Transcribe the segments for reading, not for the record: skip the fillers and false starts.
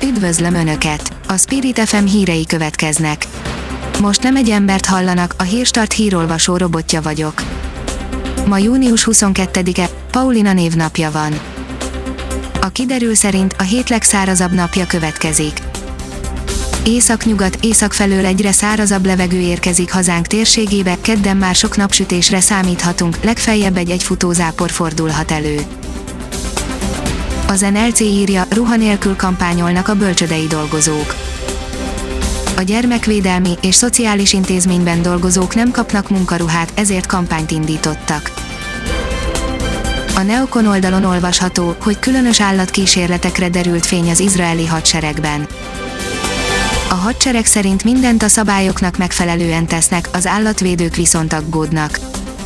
Üdvözlöm Önöket! A Spirit FM hírei következnek. Most nem egy embert hallanak, a Hírstart hírolvasó robotja vagyok. Ma június 22-e, Paulina névnapja van. A kiderül szerint a hét legszárazabb napja következik. Észak felől egyre szárazabb levegő érkezik hazánk térségébe, kedden már sok napsütésre számíthatunk, legfeljebb egy futózápor fordulhat elő. Az NLC írja, ruha nélkül kampányolnak a bölcsődei dolgozók. A gyermekvédelmi és szociális intézményben dolgozók nem kapnak munkaruhát, ezért kampányt indítottak. A Neokon oldalon olvasható, hogy különös állatkísérletekre derült fény az izraeli hadseregben. A hadsereg szerint mindent a szabályoknak megfelelően tesznek, az állatvédők viszont aggódnak.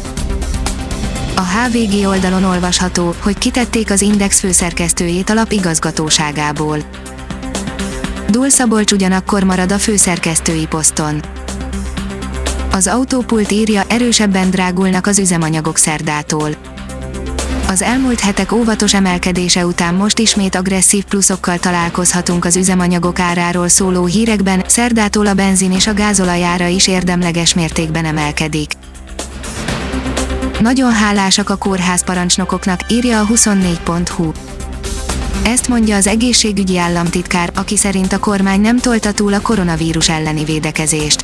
A HVG oldalon olvasható, hogy kitették az Index főszerkesztőjét a lap igazgatóságából. Dul Szabolcs ugyanakkor marad a főszerkesztői poszton. Az Autópult írja, erősebben drágulnak az üzemanyagok szerdától. Az elmúlt hetek óvatos emelkedése után most ismét agresszív pluszokkal találkozhatunk az üzemanyagok áráról szóló hírekben, szerdától a benzin és a gázolaj ára is érdemleges mértékben emelkedik. Nagyon hálásak a kórházparancsnokoknak, írja a 24.hu. Ezt mondja az egészségügyi államtitkár, aki szerint a kormány nem tolta túl a koronavírus elleni védekezést.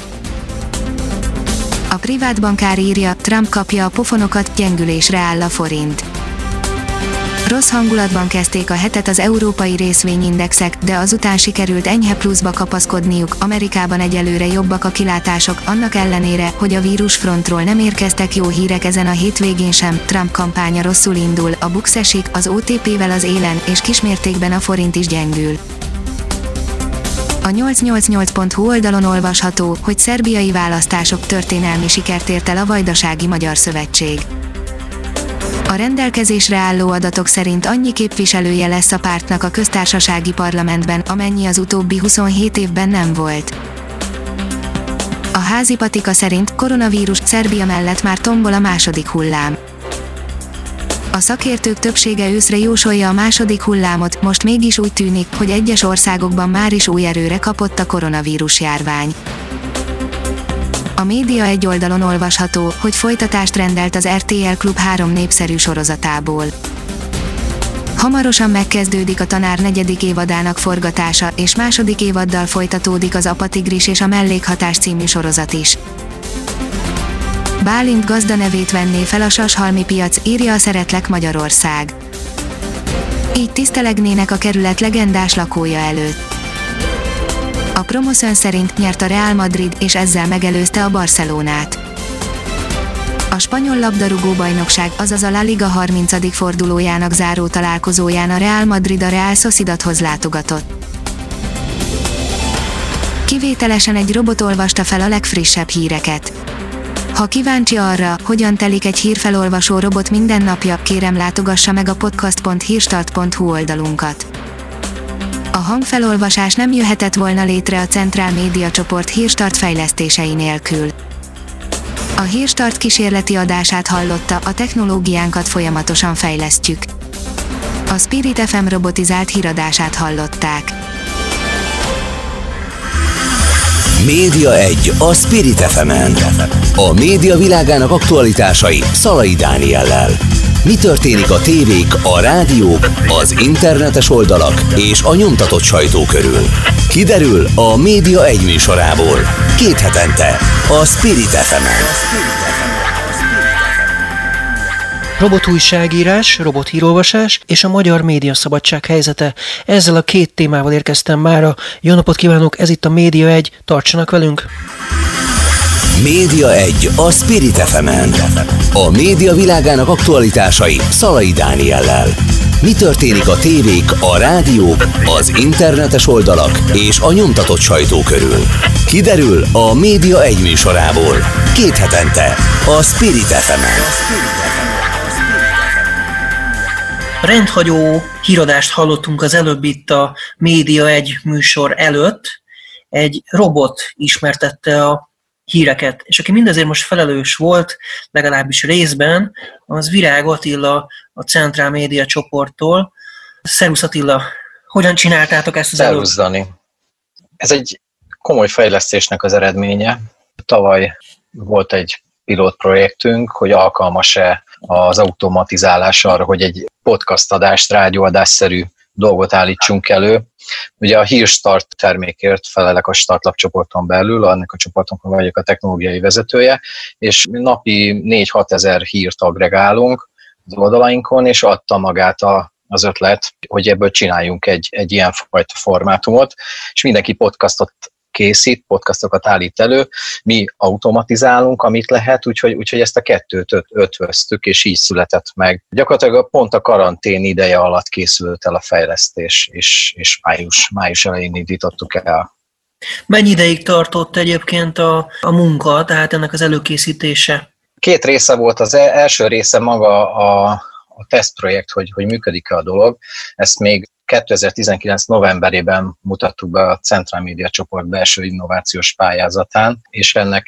A privát bankár írja, Trump kapja a pofonokat, gyengülésre áll a forint. Rossz hangulatban kezdték a hetet az európai részvényindexek, de azután sikerült enyhe pluszba kapaszkodniuk, Amerikában egyelőre jobbak a kilátások, annak ellenére, hogy a vírusfrontról nem érkeztek jó hírek ezen a hétvégén sem, Trump kampánya rosszul indul, a BUX esik, az OTP-vel az élen, és kismértékben a forint is gyengül. A 888.hu oldalon olvasható, hogy szerbiai választások történelmi sikert ért el a Vajdasági Magyar Szövetség. A rendelkezésre álló adatok szerint annyi képviselője lesz a pártnak a köztársasági parlamentben, amennyi az utóbbi 27 évben nem volt. A házi patika szerint koronavírus, Szerbia mellett már tombol a második hullám. A szakértők többsége őszre jósolja a második hullámot, most mégis úgy tűnik, hogy egyes országokban már is új erőre kapott a koronavírus járvány. A Média egy oldalon olvasható, hogy folytatást rendelt az RTL Klub 3 népszerű sorozatából. Hamarosan megkezdődik a Tanár 4. évadának forgatása, és második évaddal folytatódik az Apa Tigris és a Mellékhatás című sorozat is. Bálint gazdanevét venné fel a sashalmi piac, írja a Szeretlek Magyarország. Így tisztelegnének a kerület legendás lakója előtt. A Promoszön szerint nyert a Real Madrid, és ezzel megelőzte a Barcelonát. A spanyol labdarúgó-bajnokság, azaz a La Liga 30. fordulójának záró találkozóján a Real Madrid a Real Sociedadhoz látogatott. Kivételesen egy robot olvasta fel a legfrissebb híreket. Ha kíváncsi arra, hogyan telik egy hírfelolvasó robot minden napja, kérem látogassa meg a podcast.hírstart.hu oldalunkat. A hangfelolvasás nem jöhetett volna létre a Centrál Média csoport Hírstart fejlesztései nélkül. A Hírstart kísérleti adását hallotta, a technológiánkat folyamatosan fejlesztjük. A Spirit FM robotizált híradását hallották. Média 1 a Spirit FM-en. A média világának aktualitásai Szalai Dániellel. Mi történik a tévék, a rádiók, az internetes oldalak és a nyomtatott sajtó körül? Kiderül a Média 1 műsorából. 2 hetente a Spirit FM-en. Robotújságírás, robothírolvasás és a magyar médiaszabadság helyzete. Ezzel a 2 témával érkeztem mára. Jó napot kívánok, ez itt a Média 1, tartsanak velünk! Média 1 a Spirit FM-en. A média világának aktualitásai Szalai Dániellel. Mi történik a tévék, a rádiók, az internetes oldalak és a nyomtatott sajtó körül? Kiderül a Média 1 műsorából. 2 hetente a Spirit FM-en. Rendhagyó híradást hallottunk az előbb itt a Média 1 műsor előtt. Egy robot ismertette a híreket, és aki mindezért most felelős volt, legalábbis részben, az Virág Attila a Centrál Média csoporttól. Szervusz Attila, Hogyan csináltátok ezt az Szervusz, Dani. Ez egy komoly fejlesztésnek az eredménye. Tavaly volt egy pilotprojektünk, hogy alkalmas-e az automatizálás arra, hogy egy podcast adást, rádióadásszerű dolgot állítsunk elő. Ugye a Hírstart termékért felelek a Startlap csoporton belül, annak a csoportunkon vagyok a technológiai vezetője, és napi 4-6 ezer hírt agregálunk az oldalainkon, és adta magát az ötlet, hogy ebből csináljunk egy ilyen fajta formátumot, és mindenki podcastot készít, podcastokat állít elő, mi automatizálunk, amit lehet, úgyhogy ezt a kettőt ötvöztük, és így született meg. Gyakorlatilag pont a karantén ideje alatt készült el a fejlesztés, és május elején indítottuk el. Mennyi ideig tartott egyébként a munka, tehát ennek az előkészítése? 2 része volt. Az első része maga a tesztprojekt, hogy működik-e a dolog. Ezt még 2019 novemberében mutattuk be a Central Media csoport belső innovációs pályázatán, és ennek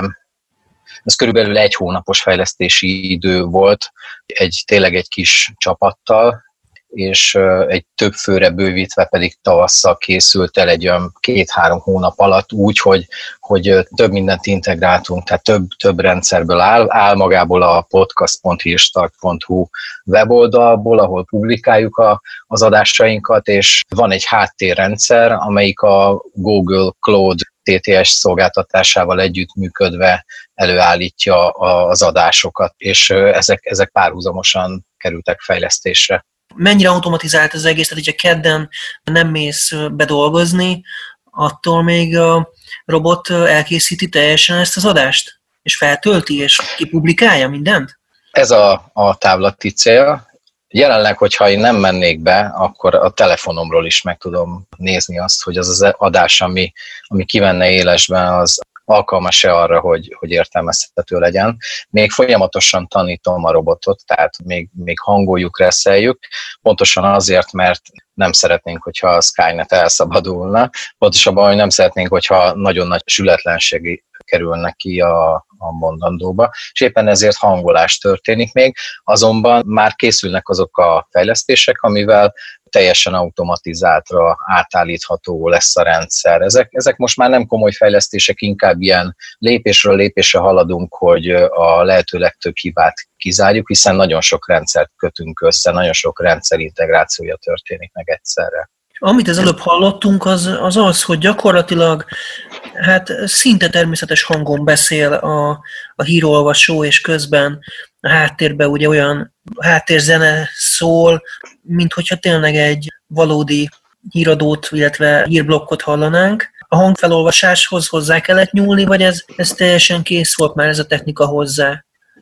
ez körülbelül 1 hónapos fejlesztési idő volt, tényleg egy kis csapattal, és egy több főre bővítve pedig tavasszal készült el egy olyan 2-3 hónap alatt úgy, hogy több mindent integráltunk, tehát több rendszerből áll magából a podcast.hírstart.hu weboldalból, ahol publikáljuk az adásainkat, és van egy háttérrendszer, amelyik a Google Cloud TTS szolgáltatásával együttműködve előállítja az adásokat, és ezek párhuzamosan kerültek fejlesztésre. Mennyire automatizált az egész, tehát hogyha kedden nem mész bedolgozni, attól még a robot elkészíti teljesen ezt az adást? És feltölti, és kipublikálja mindent? Ez a távlati cél. Jelenleg, hogyha én nem mennék be, akkor a telefonomról is meg tudom nézni azt, hogy az adás, ami kimenne élesben, az alkalmas-e arra, hogy értelmezhető legyen. Még folyamatosan tanítom a robotot, tehát még hangoljuk, reszeljük, pontosan azért, mert nem szeretnénk, hogyha a Skynet elszabadulna, pontosabban, hogy nem szeretnénk, hogyha nagyon nagy sületlenség kerülne ki a mondandóba, és éppen ezért hangolás történik még, azonban már készülnek azok a fejlesztések, amivel teljesen automatizáltra átállítható lesz a rendszer. Ezek most már nem komoly fejlesztések, inkább ilyen lépésről lépésre haladunk, hogy a lehető legtöbb hibát kizárjuk, hiszen nagyon sok rendszert kötünk össze, nagyon sok rendszerintegrációja történik meg egyszerre. Amit az előbb hallottunk, az, hogy gyakorlatilag szinte természetes hangon beszél a hírolvasó, és közben a háttérben ugye olyan háttérzene szól, mint hogyha tényleg egy valódi híradót, illetve hírblokkot hallanánk. A hangfelolvasáshoz hozzá kellett nyúlni, vagy ez teljesen kész volt már ez a technika hozzá?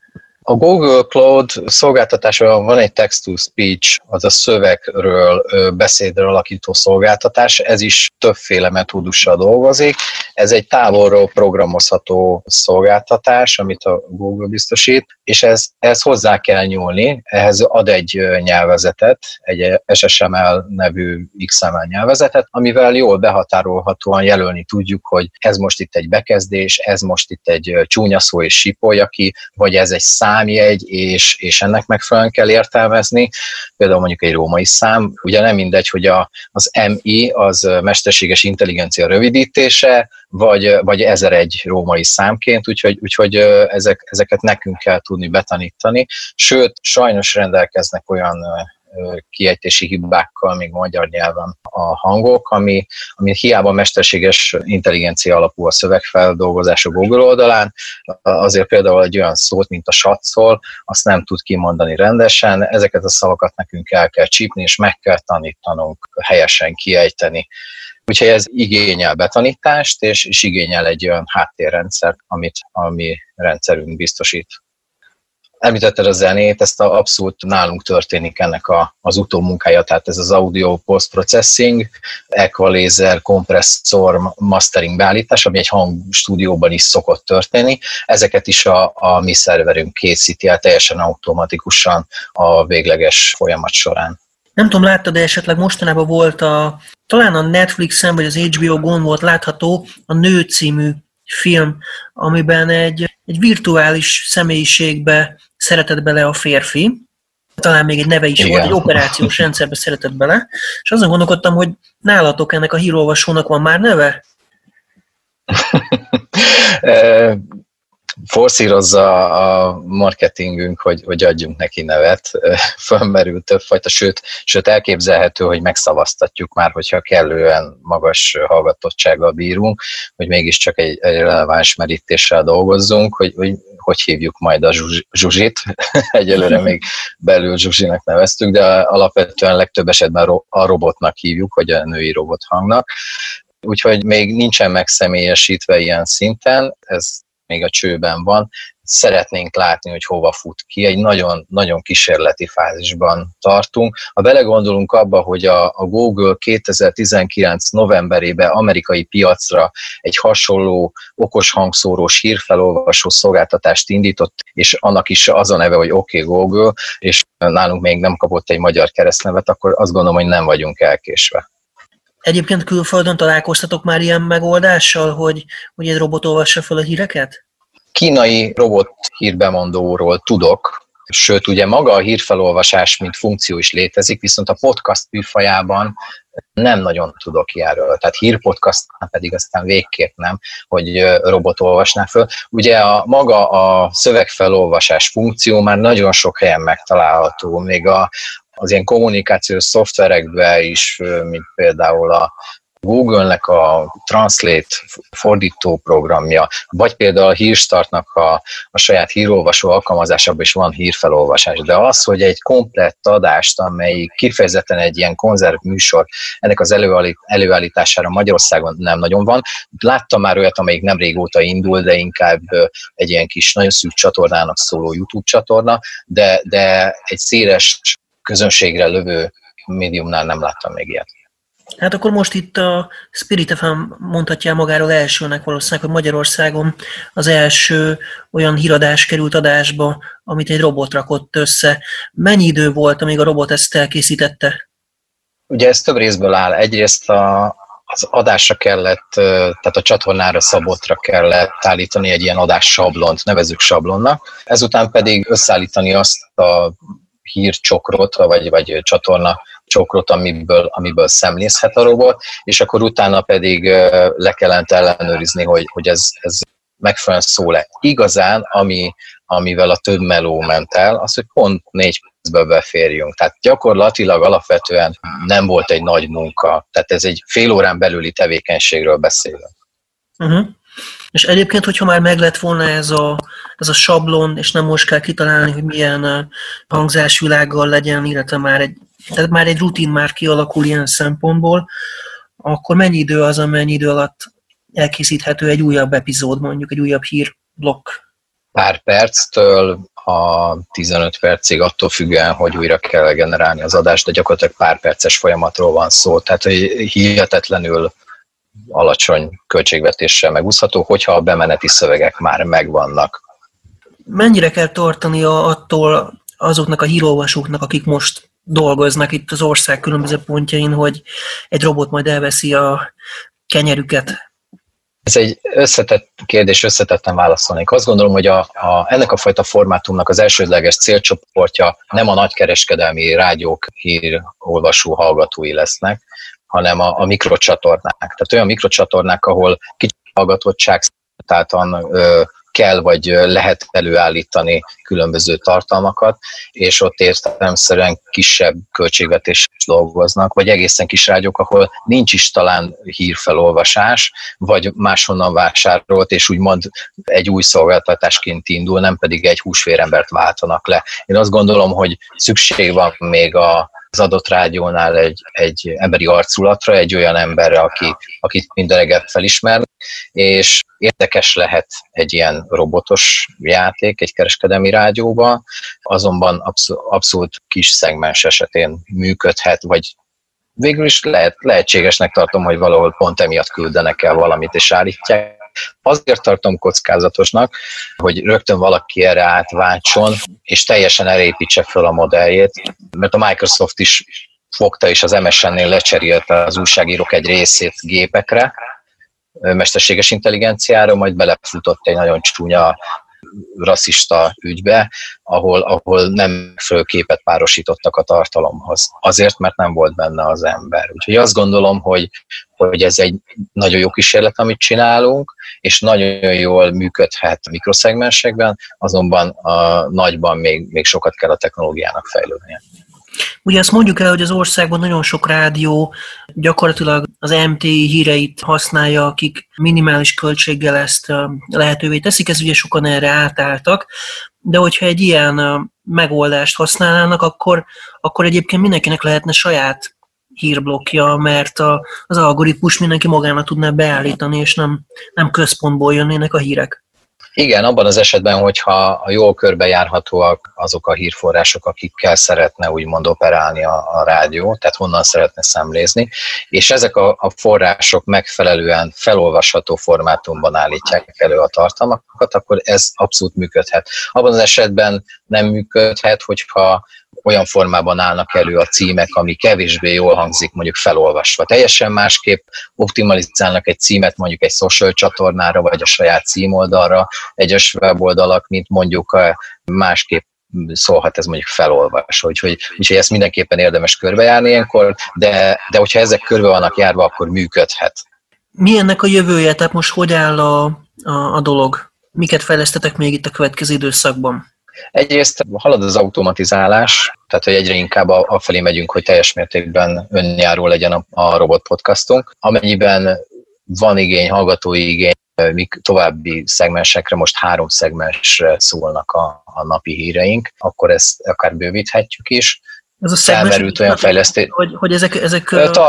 A Google Cloud szolgáltatásban van egy text-to-speech, az a szövegről, beszédről alakító szolgáltatás, ez is többféle metódussal dolgozik. Ez egy távolról programozható szolgáltatás, amit a Google biztosít, és ehhez hozzá kell nyúlni, ehhez ad egy nyelvezetet, egy SSML nevű XML nyelvezetet, amivel jól behatárolhatóan jelölni tudjuk, hogy ez most itt egy bekezdés, ez most itt egy csúnya szó és sípolja ki, vagy ez egy számjegy, és ennek megfelelően kell értelmezni. Például mondjuk egy római szám, ugye nem mindegy, hogy az MI az mesterséges intelligencia rövidítése, vagy 1001 római számként, úgyhogy ezeket nekünk kell tudni betanítani. Sőt, sajnos rendelkeznek olyan kiejtési hibákkal még magyar nyelven a hangok, ami hiába mesterséges intelligencia alapú a szövegfeldolgozás a Google oldalán, azért például egy olyan szót, mint a satszol, azt nem tud kimondani rendesen, ezeket a szavakat nekünk el kell csípni, és meg kell tanítanunk helyesen kiejteni. Úgyhogy ez igényel betanítást, és igényel egy olyan háttérrendszert, amit a mi rendszerünk biztosít. Említetted a zenét, ezt abszolút nálunk történik ennek az utómunkája, tehát ez az audio post-processing, equalizer, kompresszor, mastering beállítás, ami egy hangstúdióban is szokott történni. Ezeket is a mi szerverünk készíti el teljesen automatikusan a végleges folyamat során. Nem tudom, láttad, de esetleg mostanában volt talán a Netflixen vagy az HBO Go-n volt látható a Nő című film, amiben egy virtuális személyiségbe szeretett bele a férfi, talán még egy neve is volt, egy operációs rendszerbe szeretett bele, és azon gondolkodtam, hogy nálatok ennek a hírolvasónak van már neve? Forszírozza a marketingünk, hogy adjunk neki nevet. Fölmerül többfajta, sőt elképzelhető, hogy megszavaztatjuk már, hogyha kellően magas hallgatottsággal bírunk, hogy mégiscsak egy releváns merítéssel dolgozzunk, hogy hívjuk majd a Zsuzsit. Egyelőre még belül Zsuzsinak neveztük, de alapvetően legtöbb esetben a robotnak hívjuk, vagy a női robothangnak. Úgyhogy még nincsen megszemélyesítve ilyen szinten, ez még a csőben van. Szeretnénk látni, hogy hova fut ki. Egy nagyon, nagyon kísérleti fázisban tartunk. Ha belegondolunk abba, hogy a Google 2019 novemberében amerikai piacra egy hasonló okos hangszórós hírfelolvasó szolgáltatást indított, és annak is az a neve, hogy OK Google, és nálunk még nem kapott egy magyar keresztnevet, akkor azt gondolom, hogy nem vagyunk elkésve. Egyébként külföldön találkoztatok már ilyen megoldással, hogy egy robot olvassa fel a híreket? Kínai robot hírbemondóról tudok, sőt ugye maga a hírfelolvasás, mint funkció is létezik, viszont a podcast műfajában nem nagyon tudok ilyenről. Tehát hírpodcastnál pedig aztán végképp nem, hogy robot olvasná föl. Ugye maga a szövegfelolvasás funkció már nagyon sok helyen megtalálható, még az ilyen kommunikációs szoftverekben is, mint például a Google-nek a Translate fordító programja, vagy például a Hírstartnak a saját hírolvasó alkalmazásában is van hírfelolvasás. De az, hogy egy komplett adást, amelyik kifejezetten egy ilyen konzerv műsor, ennek az előállítására Magyarországon nem nagyon van. Láttam már olyat, amelyik nem régóta indul, de inkább egy ilyen kis, nagyon szűk csatornának szóló YouTube csatorna, de egy széles közönségre lövő médiumnál nem láttam még ilyet. Hát akkor most itt a Spirit FM mondhatja magáról elsőnek valószínűleg, hogy Magyarországon az első olyan híradás került adásba, amit egy robot rakott össze. Mennyi idő volt, amíg a robot ezt elkészítette? Ugye ez több részből áll. Egyrészt az adásra kellett, tehát a csatornára szabottra kellett állítani egy ilyen adás sablont, nevezzük sablonnak. Ezután pedig összeállítani azt a hírcsokrot, vagy csatorna csokrot, amiből szemlézhet a robot, és akkor utána pedig le kellett ellenőrizni, hogy ez megfelelően szól-e. Igazán, amivel a több meló ment el, az, hogy pont 4 percből beférjünk. Tehát gyakorlatilag alapvetően nem volt egy nagy munka. Tehát ez egy fél órán belüli tevékenységről beszélünk. Uh-huh. És egyébként, hogyha már meg lett volna ez a sablon, és nem most kell kitalálni, hogy milyen hangzásvilággal legyen, illetve már egy rutin már kialakul ilyen szempontból, akkor mennyi idő az, amennyi idő alatt elkészíthető egy újabb epizód, mondjuk egy újabb hírblokk? Pár perctől a 15 percig, attól függően, hogy újra kell generálni az adást, de gyakorlatilag pár perces folyamatról van szó. Tehát, hogy hihetetlenül alacsony költségvetéssel megúszható, hogyha a bemeneti szövegek már megvannak. Mennyire kell tartani attól azoknak a hírolvasóknak, akik most dolgoznak itt az ország különböző pontjain, hogy egy robot majd elveszi a kenyerüket? Ez egy összetett kérdés, összetetten válaszolnék. Azt gondolom, hogy ennek a fajta formátumnak az elsődleges célcsoportja nem a nagykereskedelmi rádiók hírolvasó hallgatói lesznek, hanem a mikrocsatornák. Tehát olyan mikrocsatornák, ahol kicsi hallgatottság számítáltan kell vagy lehet előállítani különböző tartalmakat, és ott értelemszerűen kisebb költségvetéssel dolgoznak, vagy egészen kis rádiók, ahol nincs is talán hírfelolvasás, vagy máshonnan vásárolt, és úgymond egy új szolgáltatásként indul, nem pedig egy húsvérembert váltanak le. Én azt gondolom, hogy szükség van még az adott rádiónál egy emberi arculatra, egy olyan emberre, akit minden reggel felismer, és érdekes lehet egy ilyen robotos játék egy kereskedelmi rádióban, azonban abszolút kis szegmens esetén működhet, vagy végül is lehetségesnek tartom, hogy valahol pont emiatt küldenek el valamit és állítják. Azért tartom kockázatosnak, hogy rögtön valaki erre átváltson, és teljesen elépítse fel a modelljét, mert a Microsoft is fogta, és az MSN-nél lecserélte az újságírók egy részét gépekre, mesterséges intelligenciára, majd belefutott egy nagyon csúnya rasszista ügybe, ahol nem fölképet párosítottak a tartalomhoz. Azért, mert nem volt benne az ember. Úgyhogy azt gondolom, hogy ez egy nagyon jó kísérlet, amit csinálunk, és nagyon jól működhet mikroszegmensekben, azonban a nagyban még sokat kell a technológiának fejlődnie. Ugye azt mondjuk el, hogy az országban nagyon sok rádió gyakorlatilag az MTI híreit használja, akik minimális költséggel ezt lehetővé teszik, ez ugye sokan erre átálltak, de hogyha egy ilyen megoldást használnának, akkor egyébként mindenkinek lehetne saját hírblokja, mert az algoritmus mindenki magának tudná beállítani, és nem központból jönnének a hírek. Igen, abban az esetben, hogyha jól körbejárhatóak azok a hírforrások, akikkel szeretne úgymond operálni a rádió, tehát honnan szeretne szemlézni, és ezek a források megfelelően felolvasható formátumban állítják elő a tartalmakat, akkor ez abszolút működhet. Abban az esetben nem működhet, hogyha olyan formában állnak elő a címek, ami kevésbé jól hangzik, mondjuk felolvasva. Teljesen másképp optimalizálnak egy címet mondjuk egy social csatornára, vagy a saját címoldalra, egyes weboldalak, mint mondjuk másképp szólhat ez mondjuk felolvasva. Úgyhogy ezt mindenképpen érdemes körbejárni ilyenkor, de hogyha ezek körbe vannak járva, akkor működhet. Mi ennek a jövője? Tehát most hogy áll a dolog? Miket fejlesztetek még itt a következő időszakban? Egyrészt halad az automatizálás, tehát hogy egyre inkább afelé megyünk, hogy teljes mértékben önjáró legyen a robot podcastunk. Amennyiben van igény, hallgatói igény, míg további szegmensekre, most 3 szegmensre szólnak a napi híreink, akkor ezt akár bővíthetjük is. Ez a szegmens, olyan fejlesztés, hogy ezek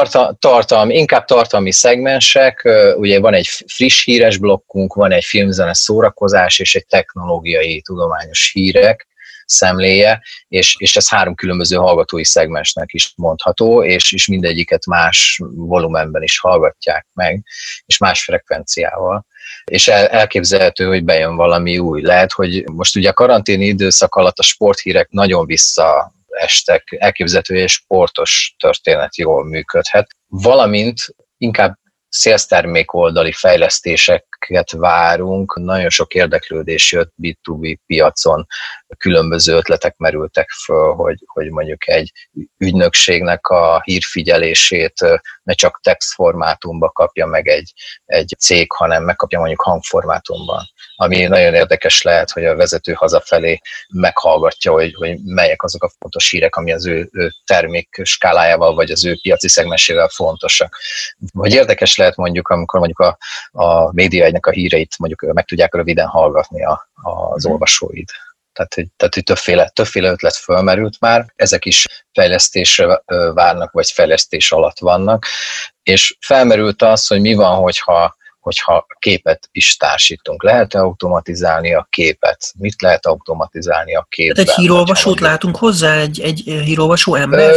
inkább tartalmi szegmensek, ugye van egy friss híres blokkunk, van egy filmzene szórakozás és egy technológiai tudományos hírek szemléje, és ez 3 különböző hallgatói szegmensnek is mondható, és mindegyiket más volumenben is hallgatják meg, és más frekvenciával. És elképzelhető, hogy bejön valami új. Lehet, hogy most ugye a karanténi időszak alatt a sporthírek nagyon visszaestek, elképzelhető, hogy egy sportos történet jól működhet, valamint inkább szélsztermék oldali fejlesztéseket várunk. Nagyon sok érdeklődés jött B2B piacon, különböző ötletek merültek föl, hogy mondjuk egy ügynökségnek a hírfigyelését ne csak textformátumban kapja meg egy cég, hanem megkapja mondjuk hangformátumban. Ami nagyon érdekes lehet, hogy a vezető hazafelé meghallgatja, hogy melyek azok a fontos hírek, ami az ő termék skálájával, vagy az ő piaci szegmensével fontosak. Vagy érdekes lehet mondjuk, amikor mondjuk a média egynek a híreit mondjuk meg tudják röviden hallgatni az olvasóid. Tehát hogy többféle ötlet fölmerült már, ezek is fejlesztésre várnak, vagy fejlesztés alatt vannak, és felmerült az, hogy mi van, hogyha képet is társítunk. Lehet automatizálni a képet? Mit lehet automatizálni a képben? Tehát egy hírolvasót látunk hozzá, egy hírolvasó ember?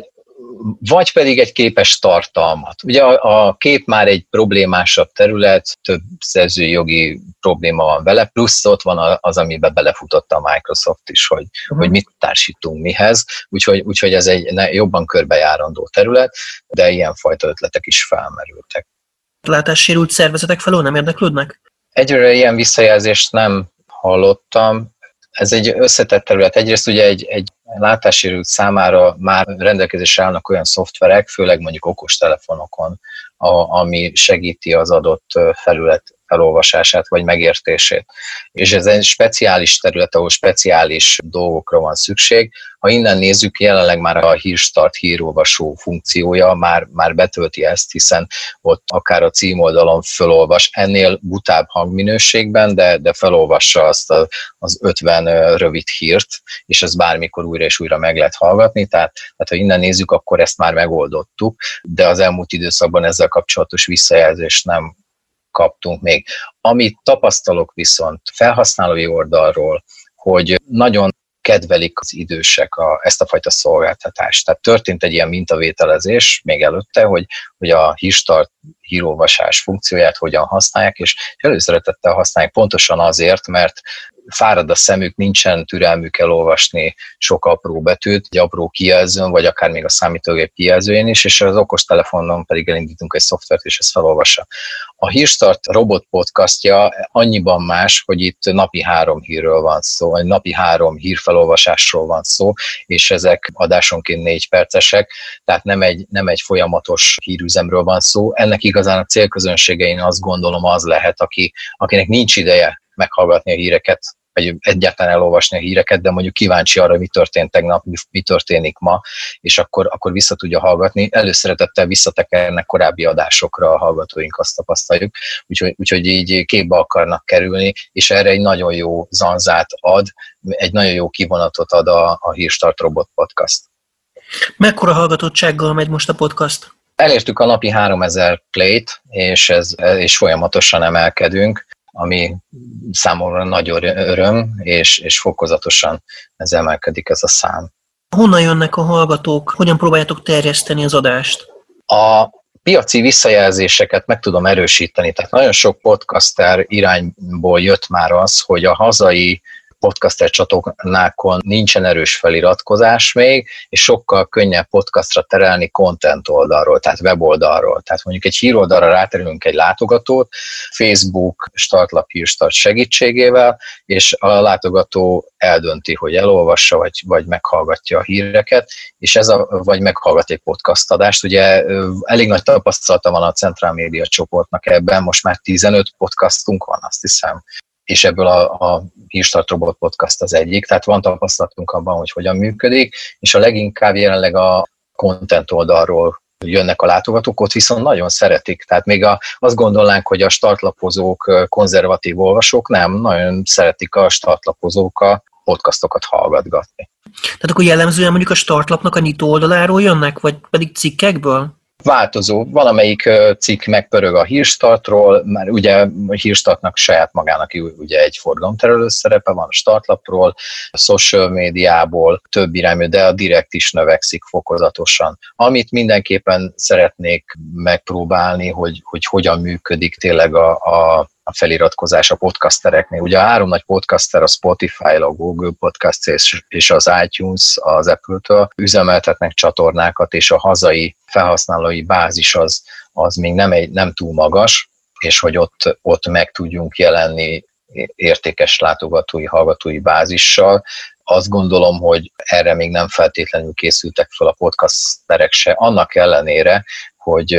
Vagy pedig egy képes tartalmat. Ugye a kép már egy problémásabb terület, több szerzői jogi probléma van vele, plusz ott van az, amiben belefutott a Microsoft is, hogy mit társítunk mihez, úgyhogy ez egy jobban körbejárandó terület, de ilyenfajta ötletek is felmerültek. Látássérült szervezetek felől nem érdeklődnek? Egyre ilyen visszajelzést nem hallottam. Ez egy összetett terület. Egyrészt ugye egy látássérült számára már rendelkezésre állnak olyan szoftverek, főleg mondjuk okostelefonokon, ami segíti az adott felület felolvasását vagy megértését. És ez egy speciális terület, ahol speciális dolgokra van szükség. Ha innen nézzük, jelenleg már a Hírstart hírolvasó funkciója már betölti ezt, hiszen ott akár a címoldalon felolvas ennél butább hangminőségben, de felolvassa azt az 50 rövid hírt, és ez bármikor újra és újra meg lehet hallgatni. Tehát ha innen nézzük, akkor ezt már megoldottuk, de az elmúlt időszakban ezzel kapcsolatos visszajelzést nem kaptunk még. Amit tapasztalok viszont felhasználói oldalról, hogy nagyon kedvelik az idősek ezt a fajta szolgáltatást. Tehát történt egy ilyen mintavételezés még előtte, hogy a Hírstart hírolvasás funkcióját hogyan használják, és előszeretettel használják pontosan azért, mert fárad a szemük, nincsen türelmük elolvasni sok apró betűt, egy apró kijelzőn, vagy akár még a számítógép kijelzőjén is, és az okostelefonon pedig elindítunk egy szoftvert, és ezt felolvassa. A Hírstart robot podcastja annyiban más, hogy itt napi 3 hírről van szó, vagy napi 3 hírfelolvasásról van szó, és ezek adásonként 4 percesek, tehát nem egy folyamatos hírüzemről van szó. Ennek igazán a célközönsége, én azt gondolom, az lehet, akinek nincs ideje meghallgatni a híreket, vagy egyáltalán elolvasni a híreket, de mondjuk kíváncsi arra, mi történt tegnap, mi történik ma, és akkor vissza tudja hallgatni. Előszeretettel visszatekernek korábbi adásokra a hallgatóink, azt tapasztaljuk, úgyhogy így képbe akarnak kerülni, és erre egy nagyon jó zanzát ad, egy nagyon jó kivonatot ad a Hírstart Robot Podcast. Mekkora hallgatottsággal megy most a podcast? Elértük a napi 3000 play-t, és folyamatosan emelkedünk, ami számomra nagy öröm, és fokozatosan ez emelkedik ez a szám. Honnan jönnek a hallgatók? Hogyan próbáljátok terjeszteni az adást? A piaci visszajelzéseket meg tudom erősíteni, tehát nagyon sok podcaster irányból jött már az, hogy a hazai podcaster csatornákon nincsen erős feliratkozás még, és sokkal könnyebb podcastra terelni content oldalról, tehát weboldalról. Tehát mondjuk egy híroldalra ráterülünk egy látogatót, Facebook, Startlap, Hírstart segítségével, és a látogató eldönti, hogy elolvassa, vagy meghallgatja a híreket, és vagy meghallgat egy podcast adást. Ugye elég nagy tapasztalata van a Centrál Média csoportnak ebben, most már 15 podcastunk van, azt hiszem, és ebből a Hírstart Robot Podcast az egyik, tehát van tapasztalatunk abban, hogy hogyan működik, és a leginkább jelenleg a content oldalról jönnek a látogatók, ott viszont nagyon szeretik, tehát még azt gondolnánk, hogy a startlapozók, konzervatív olvasók nem, nagyon szeretik a startlapozók a podcastokat hallgatgatni. Tehát akkor jellemzően mondjuk a startlapnak a nyitó oldaláról jönnek, vagy pedig cikkekből? Változó. Valamelyik cikk megpörög a Hírstartról, mert ugye a Hírstartnak saját magának ugye egy forgalomterelő szerepe van a startlapról, a social médiából, több irányú, de a direkt is növekszik fokozatosan. Amit mindenképpen szeretnék megpróbálni, hogy hogyan működik tényleg a feliratkozás a podcastereknél. Ugye a 3 nagy podcaster, a Spotify, a Google Podcasts és az iTunes, az Apple-től üzemeltetnek csatornákat, és a hazai felhasználói bázis az még nem túl magas, és hogy ott meg tudjunk jelenni értékes látogatói, hallgatói bázissal. Azt gondolom, hogy erre még nem feltétlenül készültek fel a podcasterek se, annak ellenére, hogy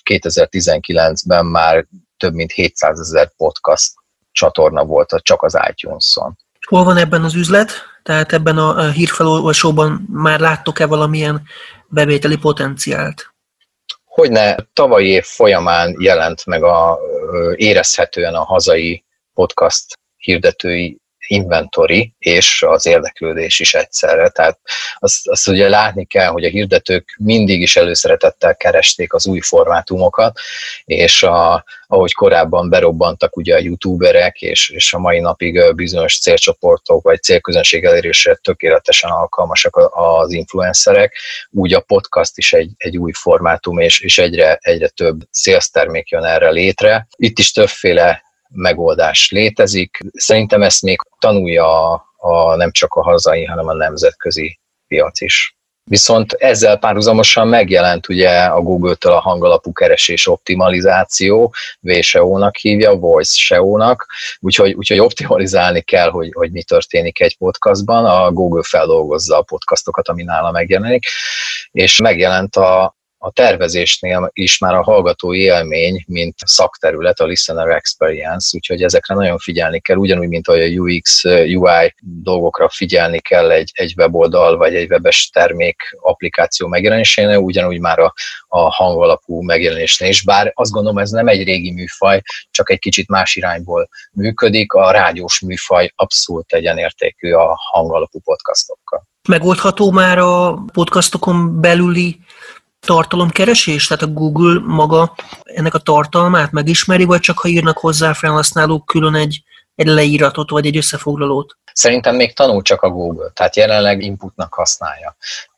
2019-ben már több mint 700 000 podcast csatorna volt csak az iTunes-on. Hol van ebben az üzlet? Tehát ebben a hírfelolvasóban már láttok-e valamilyen bevételi potenciált? Hogyne, tavalyi év folyamán jelent meg érezhetően a hazai podcast hirdetői inventory és az érdeklődés is egyszerre. Tehát azt ugye látni kell, hogy a hirdetők mindig is előszeretettel keresték az új formátumokat, és ahogy korábban berobbantak ugye a youtuberek, és a mai napig bizonyos célcsoportok vagy célközönség elérésre tökéletesen alkalmasak az influencerek, úgy a podcast is egy új formátum, és egyre több sales termék jön erre létre. Itt is többféle megoldás létezik. Szerintem ezt még tanulja nem csak a hazai, hanem a nemzetközi piac is. Viszont ezzel párhuzamosan megjelent ugye a Google-től a hangalapú keresés optimalizáció, VSEO-nak hívja, Voice SEO-nak, úgyhogy optimalizálni kell, hogy mi történik egy podcastban. A Google feldolgozza a podcastokat, ami nála megjelenik, és megjelent a tervezésnél is már a hallgatói élmény, mint szakterület, a listener experience, úgyhogy ezekre nagyon figyelni kell, ugyanúgy, mint ahogy a UX, UI dolgokra figyelni kell egy weboldal, vagy egy webes termék applikáció megjelenésénél, ugyanúgy már a hangalapú megjelenésnél is, bár azt gondolom, ez nem egy régi műfaj, csak egy kicsit más irányból működik, a rádiós műfaj abszolút egyenértékű a hangalapú podcastokkal. Megoldható már a podcastokon belüli tartalomkeresés? Tehát a Google maga ennek a tartalmát megismeri, vagy csak ha írnak hozzá felhasználók külön egy leíratot, vagy egy összefoglalót? Szerintem még tanul csak a Google, tehát jelenleg inputnak használja.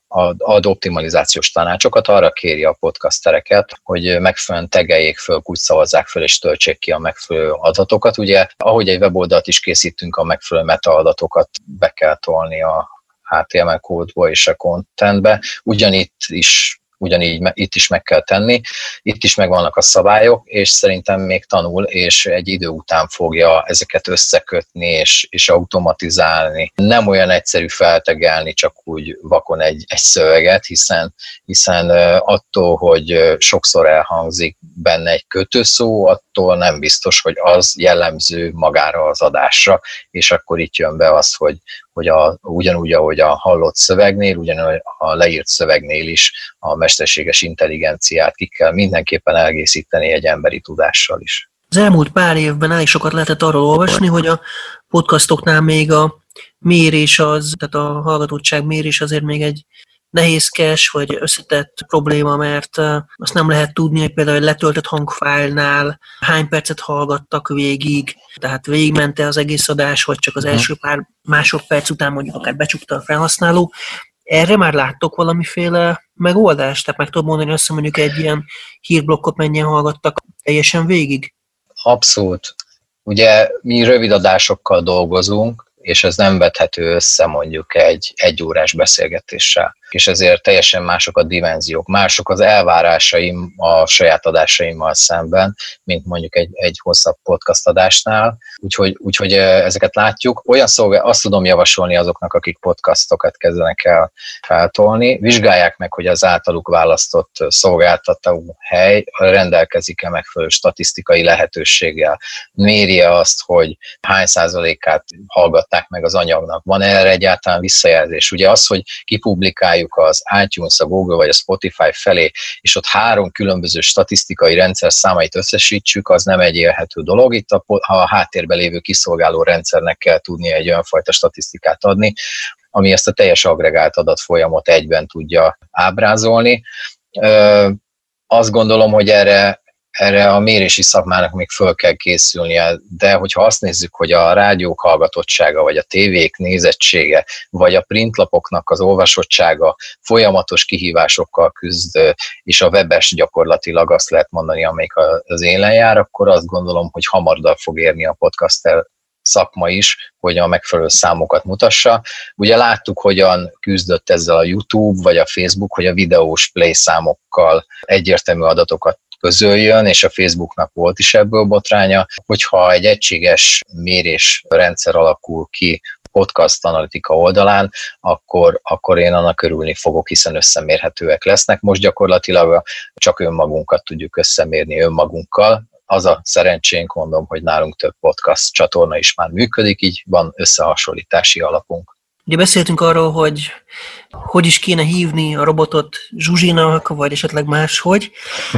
ad optimalizációs tanácsokat, arra kéri a podcastereket, hogy megfelelően tegeljék föl, úgy szavazzák föl és töltsék ki a megfelelő adatokat. Ugye, ahogy egy weboldalt is készítünk, a megfelelő metaadatokat be kell tolni a HTML kódba és a contentbe, ugyanígy itt is meg kell tenni, itt is megvannak a szabályok, és szerintem még tanul, és egy idő után fogja ezeket összekötni, és automatizálni. Nem olyan egyszerű feltegelni csak úgy vakon egy szöveget, hiszen attól, hogy sokszor elhangzik benne egy kötőszó, attól nem biztos, hogy az jellemző magára az adásra, és akkor itt jön be az, hogy ugyanúgy, ahogy a hallott szövegnél, ugyanúgy a leírt szövegnél is a mesterséges intelligenciát ki kell mindenképpen egészíteni egy emberi tudással is. Az elmúlt pár évben elég sokat lehetett arról olvasni, hogy a podcastoknál még a mérés tehát a hallgatottság mérés azért még egy nehézkes vagy összetett probléma, mert azt nem lehet tudni, hogy például egy letöltött hangfájlnál hány percet hallgattak végig, tehát végigmente az egész adás, vagy csak az első pár másodperc után mondjuk akár becsukta a felhasználó. Erre már láttok valamiféle megoldást? Tehát meg tudod mondani azt, mondjuk egy ilyen hírblokkot mennyien hallgattak teljesen végig? Abszolút. Ugye mi rövid adásokkal dolgozunk, és ez nem vethető össze mondjuk egy órás beszélgetéssel. És ezért teljesen mások a dimenziók, mások az elvárásaim a saját adásaimmal szemben, mint mondjuk egy hosszabb podcast adásnál. Úgyhogy ezeket látjuk. Azt tudom javasolni azoknak, akik podcastokat kezdenek el feltolni. Vizsgálják meg, hogy az általuk választott szolgáltató hely rendelkezik-e megfelelő statisztikai lehetőséggel. Mérje azt, hogy hány százalékát hallgatták meg az anyagnak. Van erre egyáltalán visszajelzés? Ugye az, hogy kipublikáljuk az iTunes, a Google vagy a Spotify felé, és ott 3 különböző statisztikai rendszer számait összesítsük, az nem egy élhető dolog. Itt a háttérben lévő kiszolgáló rendszernek kell tudnia egy olyan fajta statisztikát adni, ami ezt a teljes agregált adatfolyamot egyben tudja ábrázolni. Azt gondolom, hogy erre a mérési szakmának még föl kell készülnie, de hogyha azt nézzük, hogy a rádiók hallgatottsága, vagy a tévék nézettsége, vagy a printlapoknak az olvasottsága folyamatos kihívásokkal küzd, és a webes gyakorlatilag azt lehet mondani, amelyik az élen jár, akkor azt gondolom, hogy hamarabb fog érni a podcaster szakma is, hogy a megfelelő számokat mutassa. Ugye láttuk, hogyan küzdött ezzel a YouTube vagy a Facebook, hogy a videós play számokkal egyértelmű adatokat közöljön, és a Facebooknak volt is ebből botránya, hogyha egy egységes mérésrendszer alakul ki podcast analitika oldalán, akkor én annak örülni fogok, hiszen összemérhetőek lesznek. Most gyakorlatilag csak önmagunkat tudjuk összemérni önmagunkkal. Az a szerencsénk, mondom, hogy nálunk több podcast csatorna is már működik, így van összehasonlítási alapunk. Ugye beszéltünk arról, hogy is kéne hívni a robotot Zsuzsinak, vagy esetleg máshogy,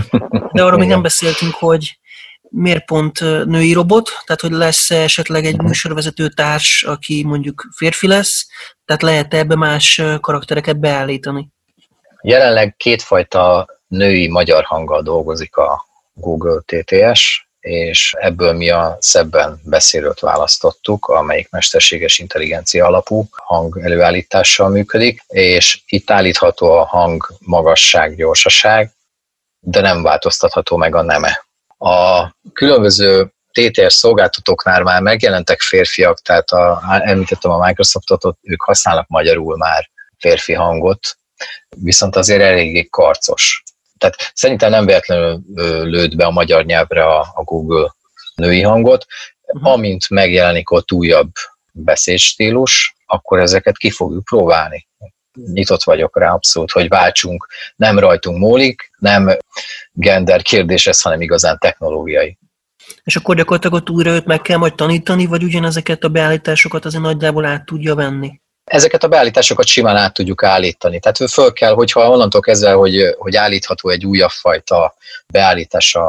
de arról még nem beszéltünk, hogy miért pont női robot, tehát hogy lesz esetleg egy műsorvezető társ, aki mondjuk férfi lesz, tehát lehet ebbe más karaktereket beállítani? Jelenleg 2 fajta női magyar hanggal dolgozik a Google TTS, és ebből mi a szebben beszélőt választottuk, amelyik mesterséges intelligencia alapú hang előállítással működik, és itt állítható a hang magasság, gyorsaság, de nem változtatható meg a neme. A különböző TTS szolgáltatóknál már megjelentek férfiak, tehát említettem a Microsoftot, ők használnak magyarul már férfi hangot, viszont azért eléggé karcos. Tehát szerintem nem véletlenül lőtt be a magyar nyelvre a Google női hangot. Amint megjelenik ott újabb beszédstílus, akkor ezeket ki fogjuk próbálni. Nyitott vagyok rá abszolút, hogy váltsunk. Nem rajtunk múlik, nem gender kérdés ez, hanem igazán technológiai. És akkor gyakorlatilag ott újra őt meg kell majd tanítani, vagy ugyanezeket a beállításokat azért nagyjából át tudja venni? Ezeket a beállításokat simán át tudjuk állítani. Tehát föl kell, hogyha onnantól kezdve, hogy állítható egy újabb fajta beállítása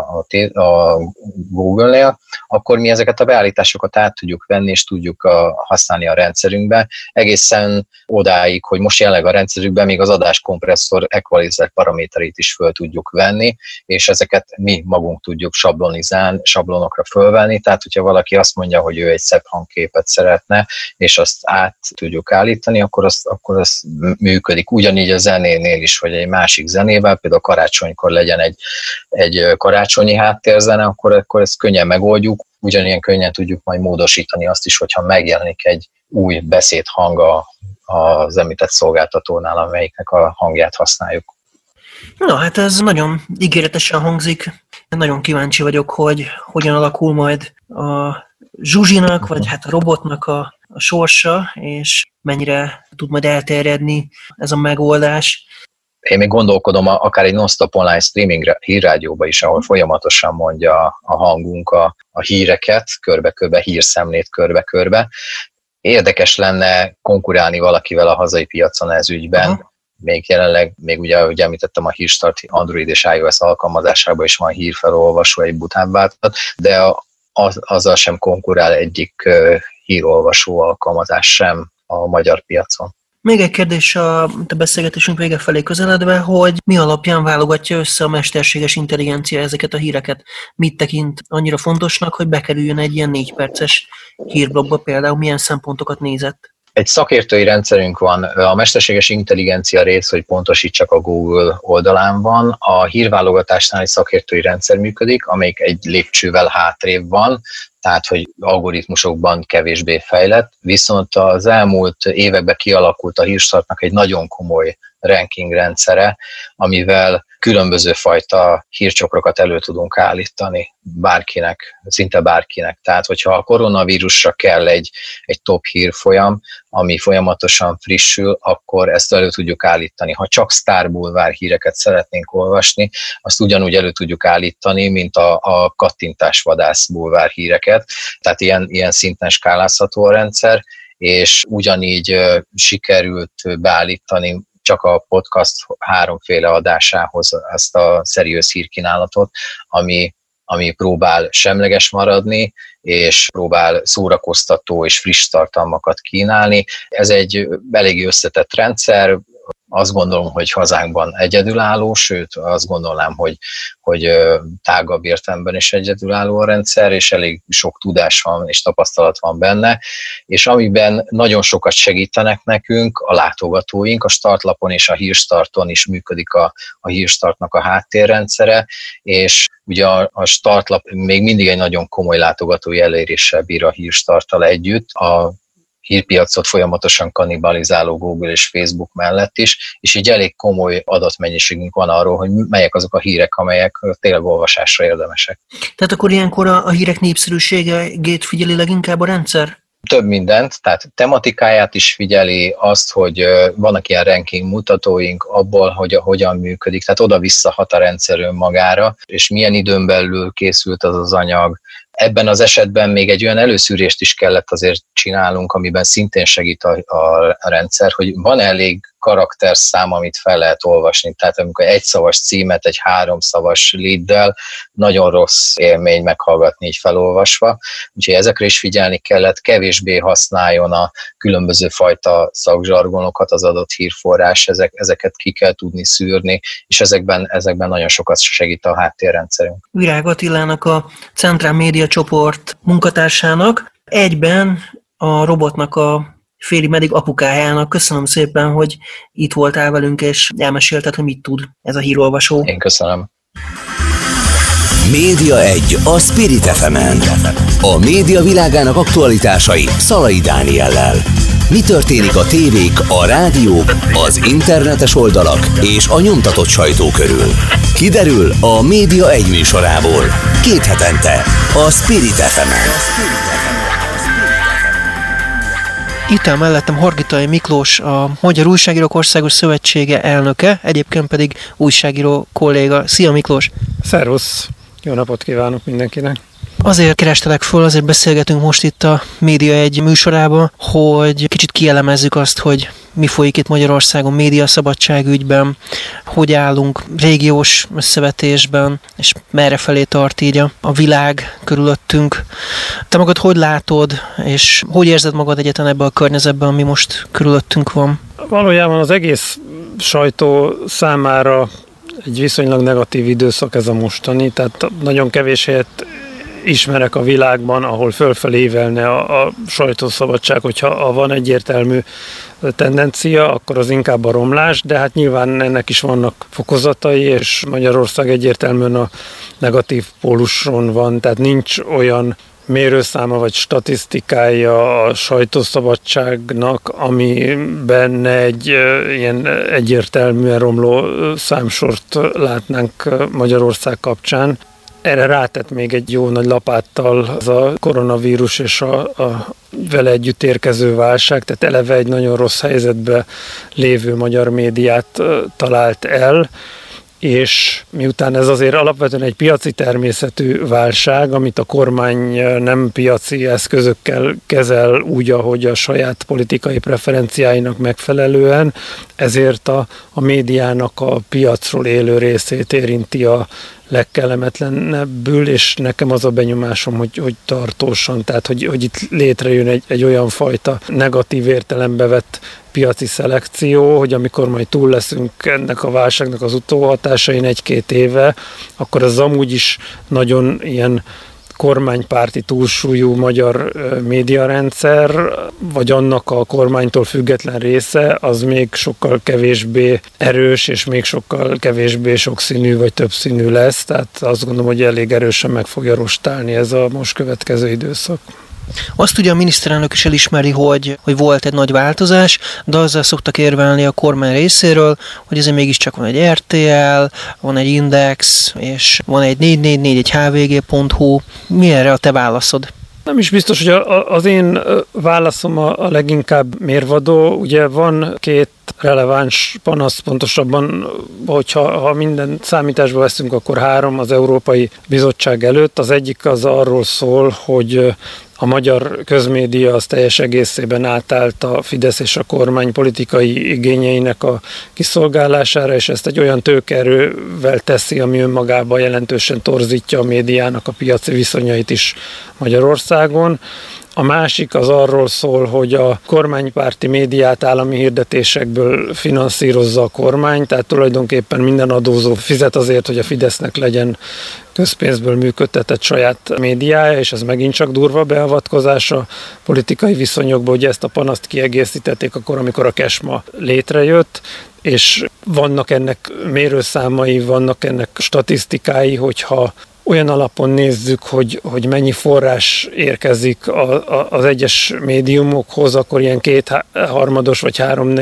a Google-nél, akkor mi ezeket a beállításokat át tudjuk venni, és tudjuk használni a rendszerünkbe, egészen odáig, hogy most jelenleg a rendszerükben még az adáskompresszor equalizer paraméterét is föl tudjuk venni, és ezeket mi magunk tudjuk sablonokra fölvenni, tehát hogyha valaki azt mondja, hogy ő egy szebb hangképet szeretne, és azt át tudjuk állítani, akkor az működik. Ugyanígy a zenénél is, hogy egy másik zenével, például karácsonykor legyen egy karácsonyi háttérzene, akkor ezt könnyen megoldjuk, ugyanilyen könnyen tudjuk majd módosítani azt is, hogyha megjelenik egy új beszédhang az említett szolgáltatónál, amelyiknek a hangját használjuk. Na, hát ez nagyon ígéretesen hangzik. Nagyon kíváncsi vagyok, hogy hogyan alakul majd a Zsuzsinak, vagy hát a robotnak a sorsa, és mennyire tud majd elterjedni ez a megoldás. Én még gondolkodom akár egy non-stop online streaming hírrádióba is, ahol folyamatosan mondja a hangunk a híreket, körbe-körbe, hírszemlét körbe-körbe. Érdekes lenne konkurálni valakivel a hazai piacon ez ügyben. Uh-huh. Még jelenleg, ugye, ahogy említettem, a Hírstart Android és iOS alkalmazásában is van hírfelolvasó, egy butánváltozat, de azzal sem konkurál egyik hírolvasó alkalmazás sem a magyar piacon. Még egy kérdés a beszélgetésünk vége felé közeledve, hogy mi alapján válogatja össze a mesterséges intelligencia ezeket a híreket? Mit tekint annyira fontosnak, hogy bekerüljön egy ilyen 4 perces hírblogba, például milyen szempontokat nézett? Egy szakértői rendszerünk van, a mesterséges intelligencia rész, hogy pontosítsak, a Google oldalán van. A hírválogatásnál egy szakértői rendszer működik, amelyik egy lépcsővel hátrébb van, tehát hogy algoritmusokban kevésbé fejlett, viszont az elmúlt években kialakult a Hírstartnak egy nagyon komoly ranking rendszere, amivel különböző fajta hírcsoprokat elő tudunk állítani bárkinek, szinte bárkinek. Tehát, hogyha a koronavírusra kell egy top hírfolyam, ami folyamatosan frissül, akkor ezt elő tudjuk állítani. Ha csak sztárbulvár híreket szeretnénk olvasni, azt ugyanúgy elő tudjuk állítani, mint a kattintásvadász bulvár híreket. Tehát ilyen szinten skálázható a rendszer, és ugyanígy sikerült beállítani csak a podcast 3 adásához azt a seriős hírkínálatot, ami próbál semleges maradni, és próbál szórakoztató és friss tartalmakat kínálni. Ez egy eléggé összetett rendszer, azt gondolom, hogy hazánkban egyedülálló, sőt azt gondolnám, hogy tágabb értelemben is egyedülálló a rendszer, és elég sok tudás van és tapasztalat van benne, és amiben nagyon sokat segítenek nekünk a látogatóink, a startlapon és a Hírstarton is működik a Hírstartnak a háttérrendszere, és ugye a startlap még mindig egy nagyon komoly látogatói eléréssel bír a Hírstarttal együtt, a hírpiacot folyamatosan kannibalizáló Google és Facebook mellett is, és így elég komoly adatmennyiségünk van arról, hogy melyek azok a hírek, amelyek tényleg olvasásra érdemesek. Tehát akkor ilyenkor a hírek népszerűségét figyeli leginkább a rendszer? Több mindent, tehát tematikáját is figyeli, azt, hogy vannak ilyen ranking mutatóink abból, hogy hogyan működik, tehát oda-vissza hat a rendszer önmagára, és milyen időn belül készült az anyag. Ebben az esetben még egy olyan előszűrést is kellett azért csinálnunk, amiben szintén segít a rendszer, hogy van elég karakterszám, amit fel lehet olvasni. Tehát amikor egy szavas címet, egy 3 szavas leaddel, nagyon rossz élmény meghallgatni így felolvasva. Úgyhogy ezekre is figyelni kellett, kevésbé használjon a különböző fajta szakzsargonokat az adott hírforrás, ezeket ki kell tudni szűrni, és ezekben nagyon sokat segít a háttérrendszerünk. Virág Attilának, a Centrál Média csoport munkatársának, egyben a robotnak a félig meddig apukájának. Köszönöm szépen, hogy itt voltál velünk, és elmesélted, hogy mit tud ez a hírolvasó. Én köszönöm. Média 1 a Spirit FM-en. A média világának aktualitásai Szalai Dániellel. Mi történik a tévék, a rádiók, az internetes oldalak és a nyomtatott sajtó körül? Kiderül a Média 1 műsorából. 2 hetente a Spirit FM-en. Itt áll mellettem Hargitai Miklós, a Magyar Újságírók Országos Szövetsége elnöke, egyébként pedig újságíró kolléga. Szia Miklós! Szervusz! Jó napot kívánok mindenkinek! Azért kerestelek föl, azért beszélgetünk most itt a Média 1 műsorában, hogy kicsit kielemezzük azt, hogy mi folyik itt Magyarországon médiaszabadság ügyben, hogy állunk régiós összevetésben, és merre felé tart így a világ körülöttünk. Te magad hogy látod, és hogy érzed magad egyáltalán ebben a környezetben, ami most körülöttünk van? Valójában az egész sajtó számára egy viszonylag negatív időszak ez a mostani, tehát nagyon kevés helyet ismerek a világban, ahol fölfelévelne a sajtószabadság, hogyha van egyértelmű tendencia, akkor az inkább a romlás, de hát nyilván ennek is vannak fokozatai, és Magyarország egyértelműen a negatív póluson van, tehát nincs olyan mérőszáma vagy statisztikája a sajtószabadságnak, ami benne egy ilyen egyértelműen romló számsort látnánk Magyarország kapcsán. Erre rátett még egy jó nagy lapáttal az a koronavírus és a vele együtt érkező válság, tehát eleve egy nagyon rossz helyzetbe lévő magyar médiát talált el, és miután ez azért alapvetően egy piaci természetű válság, amit a kormány nem piaci eszközökkel kezel úgy, ahogy a saját politikai preferenciáinak megfelelően, ezért a médiának a piacról élő részét érinti a legkellemetlenebbül, és nekem az a benyomásom, hogy tartósan, tehát hogy itt létrejön egy olyan fajta negatív értelembe vett piaci szelekció, hogy amikor majd túl leszünk ennek a válságnak az utóhatásain 1-2 éve, akkor az amúgy is nagyon ilyen kormánypárti túlsúlyú magyar médiarendszer, vagy annak a kormánytól független része, az még sokkal kevésbé erős, és még sokkal kevésbé sokszínű, vagy többszínű lesz, tehát azt gondolom, hogy elég erősen meg fogja rostálni ez a most következő időszak. Azt ugye a miniszterelnök is elismeri, hogy volt egy nagy változás, de azzal szoktak érvelni a kormány részéről, hogy ezért mégiscsak van egy RTL, van egy Index, és van egy 444, egy hvg.hu. Mi erre a te válaszod? Nem is biztos, hogy az én válaszom a leginkább mérvadó. Ugye van 2 releváns panasz, pontosabban, hogyha minden számításba veszünk, akkor 3 az Európai Bizottság előtt. Az egyik az arról szól, hogy a magyar közmédia az teljes egészében átállt a Fidesz és a kormány politikai igényeinek a kiszolgálására, és ezt egy olyan tőkeerővel teszi, ami önmagában jelentősen torzítja a médiának a piaci viszonyait is Magyarországon. A másik az arról szól, hogy a kormánypárti médiát állami hirdetésekből finanszírozza a kormány, tehát tulajdonképpen minden adózó fizet azért, hogy a Fidesznek legyen közpénzből működtetett saját médiája, és ez megint csak durva beavatkozás a politikai viszonyokba, hogy ezt a panaszt kiegészítették akkor, amikor a KESMA létrejött, és vannak ennek mérőszámai, vannak ennek statisztikái, hogyha olyan alapon nézzük, hogy mennyi forrás érkezik az egyes médiumokhoz, akkor ilyen 2/3 vagy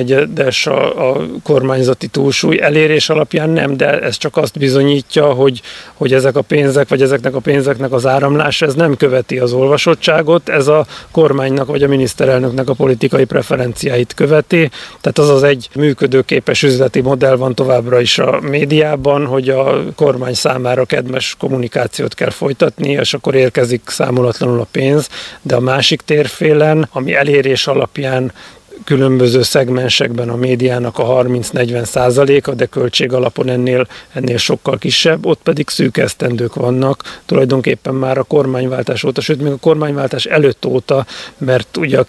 3/4 a kormányzati túlsúly. Elérés alapján nem, de ez csak azt bizonyítja, hogy ezek a pénzek, vagy ezeknek a pénzeknek az áramlása, ez nem követi az olvasottságot, ez a kormánynak vagy a miniszterelnöknek a politikai preferenciáit követi. Tehát az egy működőképes üzleti modell van továbbra is a médiában, hogy a kormány számára kedves kommunikációt kell folytatni, és akkor érkezik számolatlanul a pénz, de a másik térfélen, ami elérés alapján különböző szegmensekben a médiának a 30-40%-a, de költség alapon ennél sokkal kisebb, ott pedig szűk esztendők vannak, tulajdonképpen már a kormányváltás óta, sőt még a kormányváltás előtt óta, mert ugye a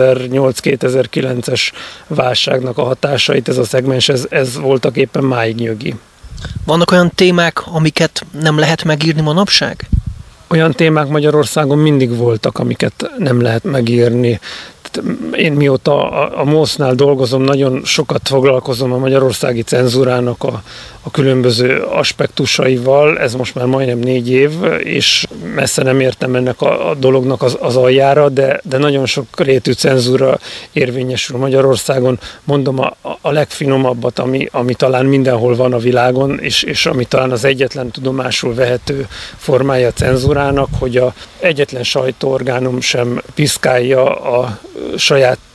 2008-2009-es válságnak a hatásait ez a szegmens, ez voltak éppen máig nyögi. Vannak olyan témák, amiket nem lehet megírni manapság? Olyan témák Magyarországon mindig voltak, amiket nem lehet megírni. Én mióta a MOSZ-nál dolgozom, nagyon sokat foglalkozom a magyarországi cenzúrának a különböző aspektusaival. Ez most már majdnem 4 év, és messze nem értem ennek a dolognak az aljára, de nagyon sok rétű cenzúra érvényesül Magyarországon. Mondom a legfinomabbat, ami talán mindenhol van a világon, és ami talán az egyetlen tudomásul vehető formája a cenzúrának, hogy egyetlen sajtóorgánum sem piszkálja a saját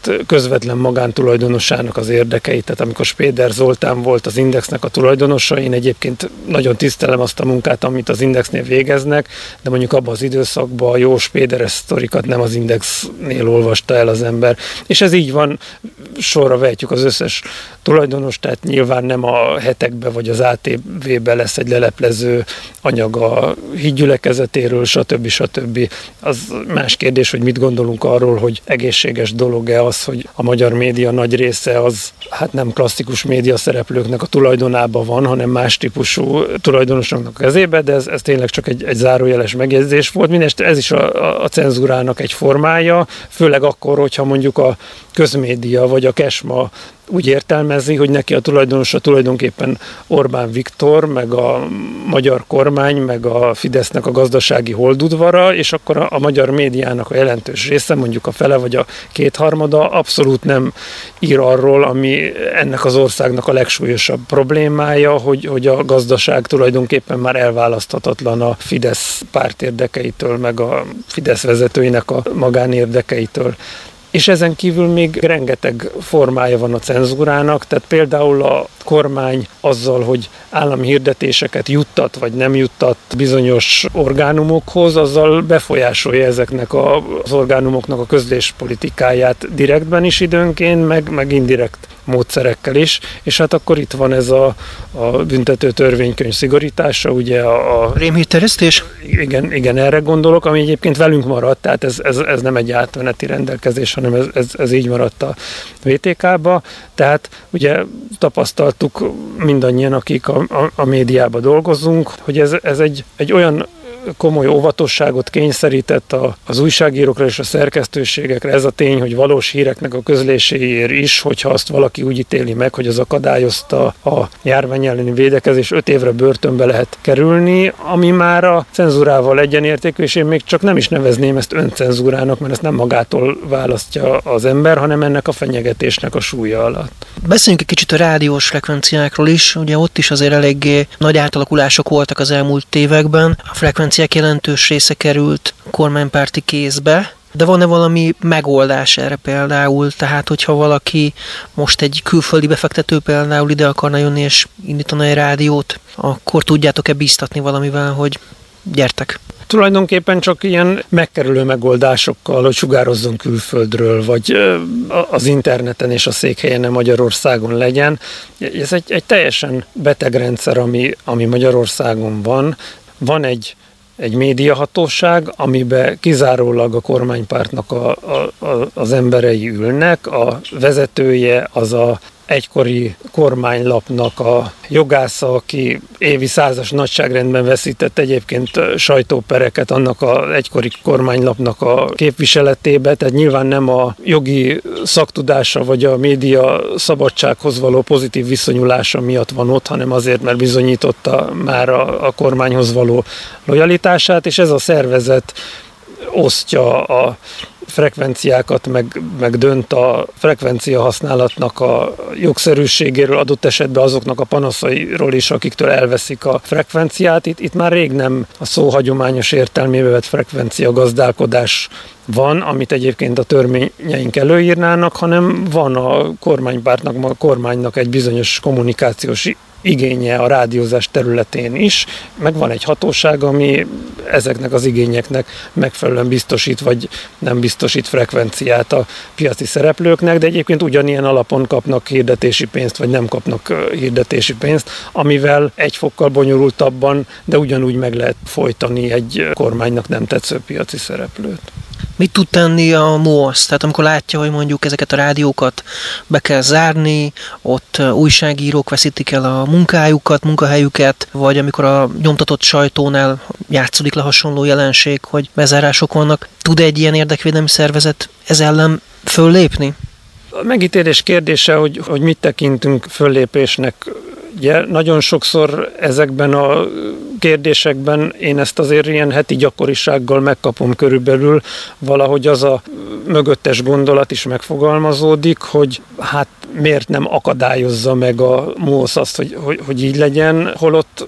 saját közvetlen magántulajdonosának az érdekeit. Tehát amikor Spéder Zoltán volt az Indexnek a tulajdonosa, én egyébként nagyon tisztelem azt a munkát, amit az Indexnél végeznek, de mondjuk abban az időszakban a jó Spéderes sztorikat nem az Indexnél olvasta el az ember. És ez így van, sorra vehetjük az összes tulajdonos, tehát nyilván nem a Hetekbe vagy az ATV-be lesz egy leleplező anyag a hídgyülekezetéről, stb. Az más kérdés, hogy mit gondolunk arról, hogy egészséges dolog-e az, hogy a magyar média nagy része az hát nem klasszikus média szereplőknek a tulajdonában van, hanem más típusú tulajdonosoknak a kezébe, de ez tényleg csak egy zárójeles megjegyzés volt. Mindenesetre ez is a cenzúrának egy formája, főleg akkor, hogyha mondjuk a közmédia vagy a Kesma úgy értelmezi, hogy neki a tulajdonosa tulajdonképpen Orbán Viktor, meg a magyar kormány, meg a Fidesznek a gazdasági holdudvara, és akkor a magyar médiának a jelentős része, mondjuk a fele vagy a kétharmada abszolút nem ír arról, ami ennek az országnak a legsúlyosabb problémája, hogy a gazdaság tulajdonképpen már elválaszthatatlan a Fidesz pártérdekeitől, meg a Fidesz vezetőinek a magánérdekeitől. És ezen kívül még rengeteg formája van a cenzúrának, tehát például a kormány azzal, hogy állami hirdetéseket juttat vagy nem juttat bizonyos orgánumokhoz, azzal befolyásolja ezeknek az orgánumoknak a közléspolitikáját direktben is időnként, meg indirekt módszerekkel is, és hát akkor itt van ez a büntető törvénykönyv szigorítása, ugye a rémhírterjesztés? Igen, erre gondolok, ami egyébként velünk maradt, tehát ez nem egy átmeneti rendelkezés, hanem ez így maradt a VTK-ba, tehát ugye tapasztaltuk mindannyian, akik a médiában dolgozunk, hogy ez egy olyan komoly óvatosságot kényszerített az újságírókra és a szerkesztőségekre ez a tény, hogy valós híreknek a közléséért is, hogyha azt valaki úgy ítéli meg, hogy az akadályozta a járvány elleni védekezés, 5 évre börtönbe lehet kerülni, ami már a cenzúrával egyenértékű, és én még csak nem is nevezném ezt öncenzúrának, mert ezt nem magától választja az ember, hanem ennek a fenyegetésnek a súlya alatt. Beszéljünk egy kicsit a rádiós frekvenciákról is, ugye ott is azért eléggé nagy átalakulások voltak az elmúlt években. A frekvenciák jelentős része került kormánypárti kézbe, de van-e valami megoldás erre például? Tehát, hogyha valaki most egy külföldi befektető például ide akarna jönni és indítani egy rádiót, akkor tudjátok-e bíztatni valamivel, hogy gyertek? Tulajdonképpen csak ilyen megkerülő megoldásokkal, hogy sugározzon külföldről, vagy az interneten és a székhelyen Magyarországon legyen. Ez egy teljesen beteg rendszer, ami Magyarországon van. Van egy médiahatóság, amiben kizárólag a kormánypártnak az emberei ülnek, a vezetője az a egykori kormánylapnak a jogásza, aki évi 100-as nagyságrendben veszített egyébként sajtópereket annak az egykori kormánylapnak a képviseletébe, tehát nyilván nem a jogi szaktudása vagy a média szabadsághoz való pozitív viszonyulása miatt van ott, hanem azért, mert bizonyította már a kormányhoz való lojalitását, és ez a szervezet osztja a frekvenciákat, meg dönt a frekvencia használatnak a jogszerűségéről, adott esetben azoknak a panaszairól is, akiktől elveszik a frekvenciát. Itt már rég nem a szó hagyományos értelmébe vett frekvencia gazdálkodás van, amit egyébként a törvényeink előírnának, hanem van a kormánypártnak, a kormánynak egy bizonyos kommunikációs igénye a rádiózás területén is, meg van egy hatóság, ami ezeknek az igényeknek megfelelően biztosít, vagy nem biztosít frekvenciát a piaci szereplőknek, de egyébként ugyanilyen alapon kapnak hirdetési pénzt, vagy nem kapnak hirdetési pénzt, amivel egy fokkal bonyolultabban, de ugyanúgy meg lehet folytani egy kormánynak nem tetsző piaci szereplőt. Mit tud tenni a MOSZ? Tehát amikor látja, hogy mondjuk ezeket a rádiókat be kell zárni, ott újságírók veszítik el a munkájukat, munkahelyüket, vagy amikor a nyomtatott sajtónál játszódik le hasonló jelenség, hogy bezárások vannak, tud egy ilyen érdekvédelmi szervezet ez ellen föllépni? A megítélés kérdése, hogy mit tekintünk föllépésnek. Ugye nagyon sokszor ezekben a kérdésekben én ezt azért ilyen heti gyakorisággal megkapom körülbelül, valahogy az a mögöttes gondolat is megfogalmazódik, hogy hát miért nem akadályozza meg a MOSZ azt, hogy így legyen, holott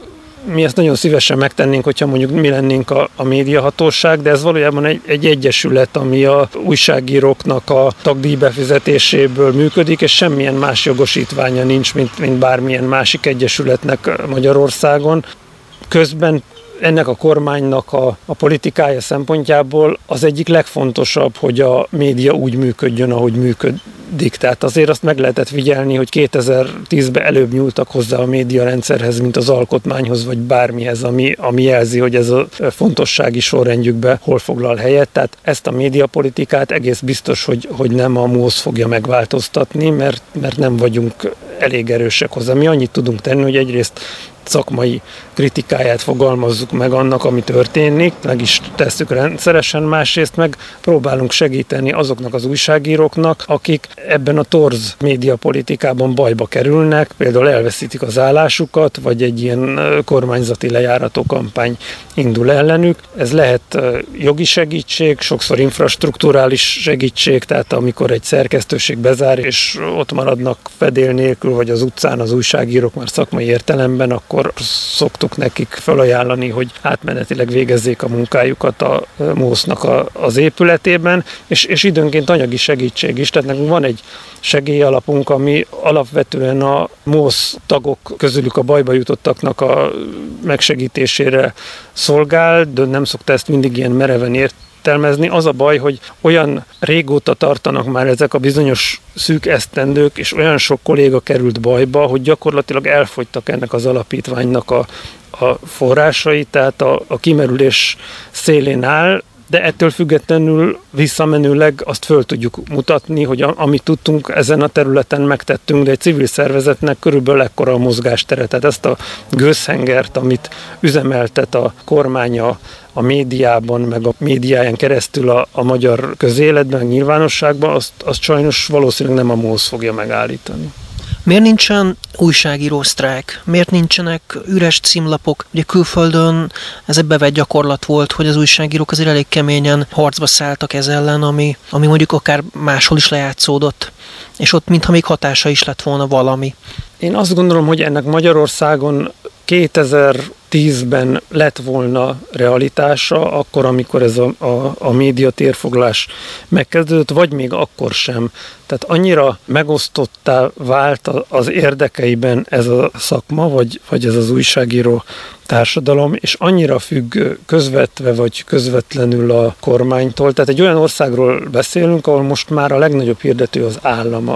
mi ezt nagyon szívesen megtennénk, hogyha mondjuk mi lennénk a médiahatóság, de ez valójában egy egyesület, ami a újságíróknak a tagdíj befizetéséből működik, és semmilyen más jogosítványa nincs, mint bármilyen másik egyesületnek Magyarországon. Közben ennek a kormánynak a politikája szempontjából az egyik legfontosabb, hogy a média úgy működjön, ahogy működik. Tehát azért azt meg lehetett figyelni, hogy 2010-ben előbb nyúltak hozzá a médiarendszerhez, mint az alkotmányhoz, vagy bármihez, ami jelzi, hogy ez a fontossági sorrendjükben hol foglal helyet. Tehát ezt a médiapolitikát egész biztos, hogy nem a MOSZ fogja megváltoztatni, mert nem vagyunk elég erősek hozzá. Mi annyit tudunk tenni, hogy egyrészt szakmai kritikáját fogalmazzuk meg annak, ami történik, meg is tesszük rendszeresen, másrészt meg próbálunk segíteni azoknak az újságíróknak, akik ebben a torz médiapolitikában bajba kerülnek, például elveszítik az állásukat, vagy egy ilyen kormányzati lejárató kampány indul ellenük. Ez lehet jogi segítség, sokszor infrastrukturális segítség, tehát amikor egy szerkesztőség bezár, és ott maradnak fedél nélkül, vagy az utcán az újságírók már szakmai értelemben, akkor szoktuk nekik felajánlani, hogy átmenetileg végezzék a munkájukat a MOSZ-nak az épületében, és időnként anyagi segítség is. Tehát nekünk van egy segélyalapunk, ami alapvetően a MOSZ tagok közülük a bajba jutottaknak a megsegítésére szolgál, de nem szokta ezt mindig ilyen mereven értelmezni. Az a baj, hogy olyan régóta tartanak már ezek a bizonyos szűk esztendők, és olyan sok kolléga került bajba, hogy gyakorlatilag elfogytak ennek az alapítványnak a forrásai, tehát a kimerülés szélén áll, de ettől függetlenül visszamenőleg azt föl tudjuk mutatni, hogy amit tudtunk ezen a területen megtettünk, de egy civil szervezetnek körülbelül ekkora a mozgástere. Tehát ezt a gőzhengert, amit üzemeltet a kormány a médiában, meg a médiáján keresztül a magyar közéletben, a nyilvánosságban, azt sajnos valószínűleg nem a MOSZ fogja megállítani. Miért nincsen újságíró sztrájk? Miért nincsenek üres címlapok? Ugye külföldön ez egy bevett gyakorlat volt, hogy az újságírók azért elég keményen harcba szálltak ez ellen, ami mondjuk akár máshol is lejátszódott, és ott mintha még hatása is lett volna valami. Én azt gondolom, hogy ennek Magyarországon 2010-ben lett volna realitása, akkor, amikor ez a média térfoglás megkezdődött, vagy még akkor sem. Tehát annyira megosztottá vált az érdekeiben ez a szakma, vagy ez az újságíró társadalom, és annyira függ közvetve vagy közvetlenül a kormánytól. Tehát egy olyan országról beszélünk, ahol most már a legnagyobb hirdető az állam.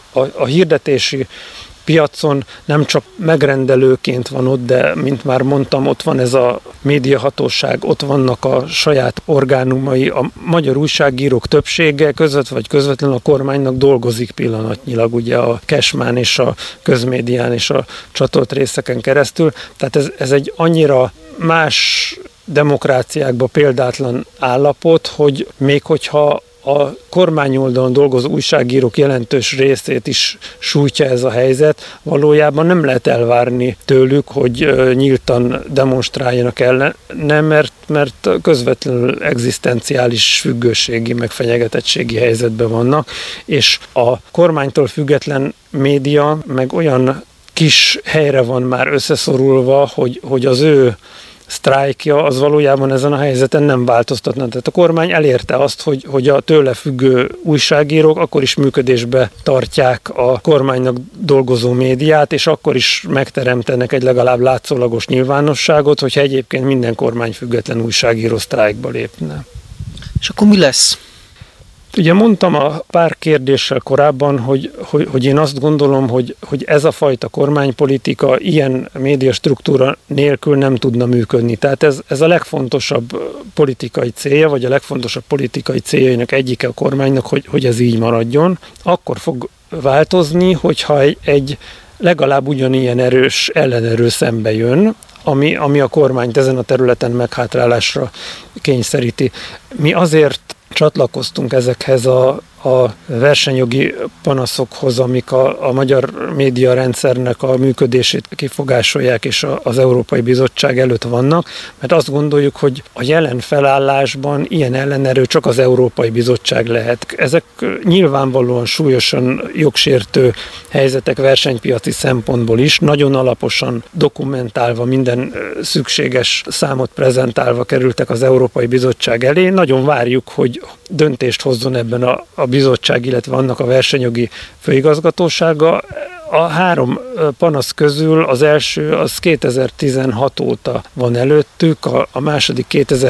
A hirdetési piacon nem csak megrendelőként van ott, de mint már mondtam, ott van ez a médiahatóság, ott vannak a saját orgánumai, a magyar újságírók többsége közvetve vagy közvetlenül a kormánynak dolgozik pillanatnyilag, ugye a Cashman és a közmédián és a csatolt részeken keresztül. Tehát ez egy annyira más demokráciákban példátlan állapot, hogy még hogyha a kormányoldalon dolgozó újságírók jelentős részét is sújtja ez a helyzet, valójában nem lehet elvárni tőlük, hogy nyíltan demonstráljanak ellen, mert közvetlenül egzisztenciális függőségi, meg fenyegetettségi helyzetben vannak, és a kormánytól független média meg olyan kis helyre van már összeszorulva, hogy az ő sztrájkja az valójában ezen a helyzeten nem változtatna. Tehát a kormány elérte azt, hogy a tőle függő újságírók akkor is működésbe tartják a kormánynak dolgozó médiát, és akkor is megteremtenek egy legalább látszólagos nyilvánosságot, hogyha egyébként minden kormány független újságíró sztrájkba lépne. És akkor mi lesz? Ugye mondtam a pár kérdéssel korábban, hogy én azt gondolom, hogy ez a fajta kormánypolitika ilyen médiastruktúra nélkül nem tudna működni. Tehát ez a legfontosabb politikai célja, vagy a legfontosabb politikai céljainak egyike a kormánynak, hogy ez így maradjon. Akkor fog változni, hogyha egy legalább ugyanilyen erős ellenerő szembe jön, ami a kormányt ezen a területen meghátrálásra kényszeríti. Mi azért csatlakoztunk ezekhez a a versenyjogi panaszokhoz, amik a magyar médiarendszernek a működését kifogásolják, és az Európai Bizottság előtt vannak, mert azt gondoljuk, hogy a jelen felállásban ilyen ellenerő csak az Európai Bizottság lehet. Ezek nyilvánvalóan súlyosan jogsértő helyzetek versenypiaci szempontból is, nagyon alaposan dokumentálva, minden szükséges számot prezentálva kerültek az Európai Bizottság elé. Nagyon várjuk, hogy döntést hozzon ebben a bizottság, illetve annak a versenyjogi főigazgatósága. A 3 panasz közül az első az 2016 óta van előttük, a második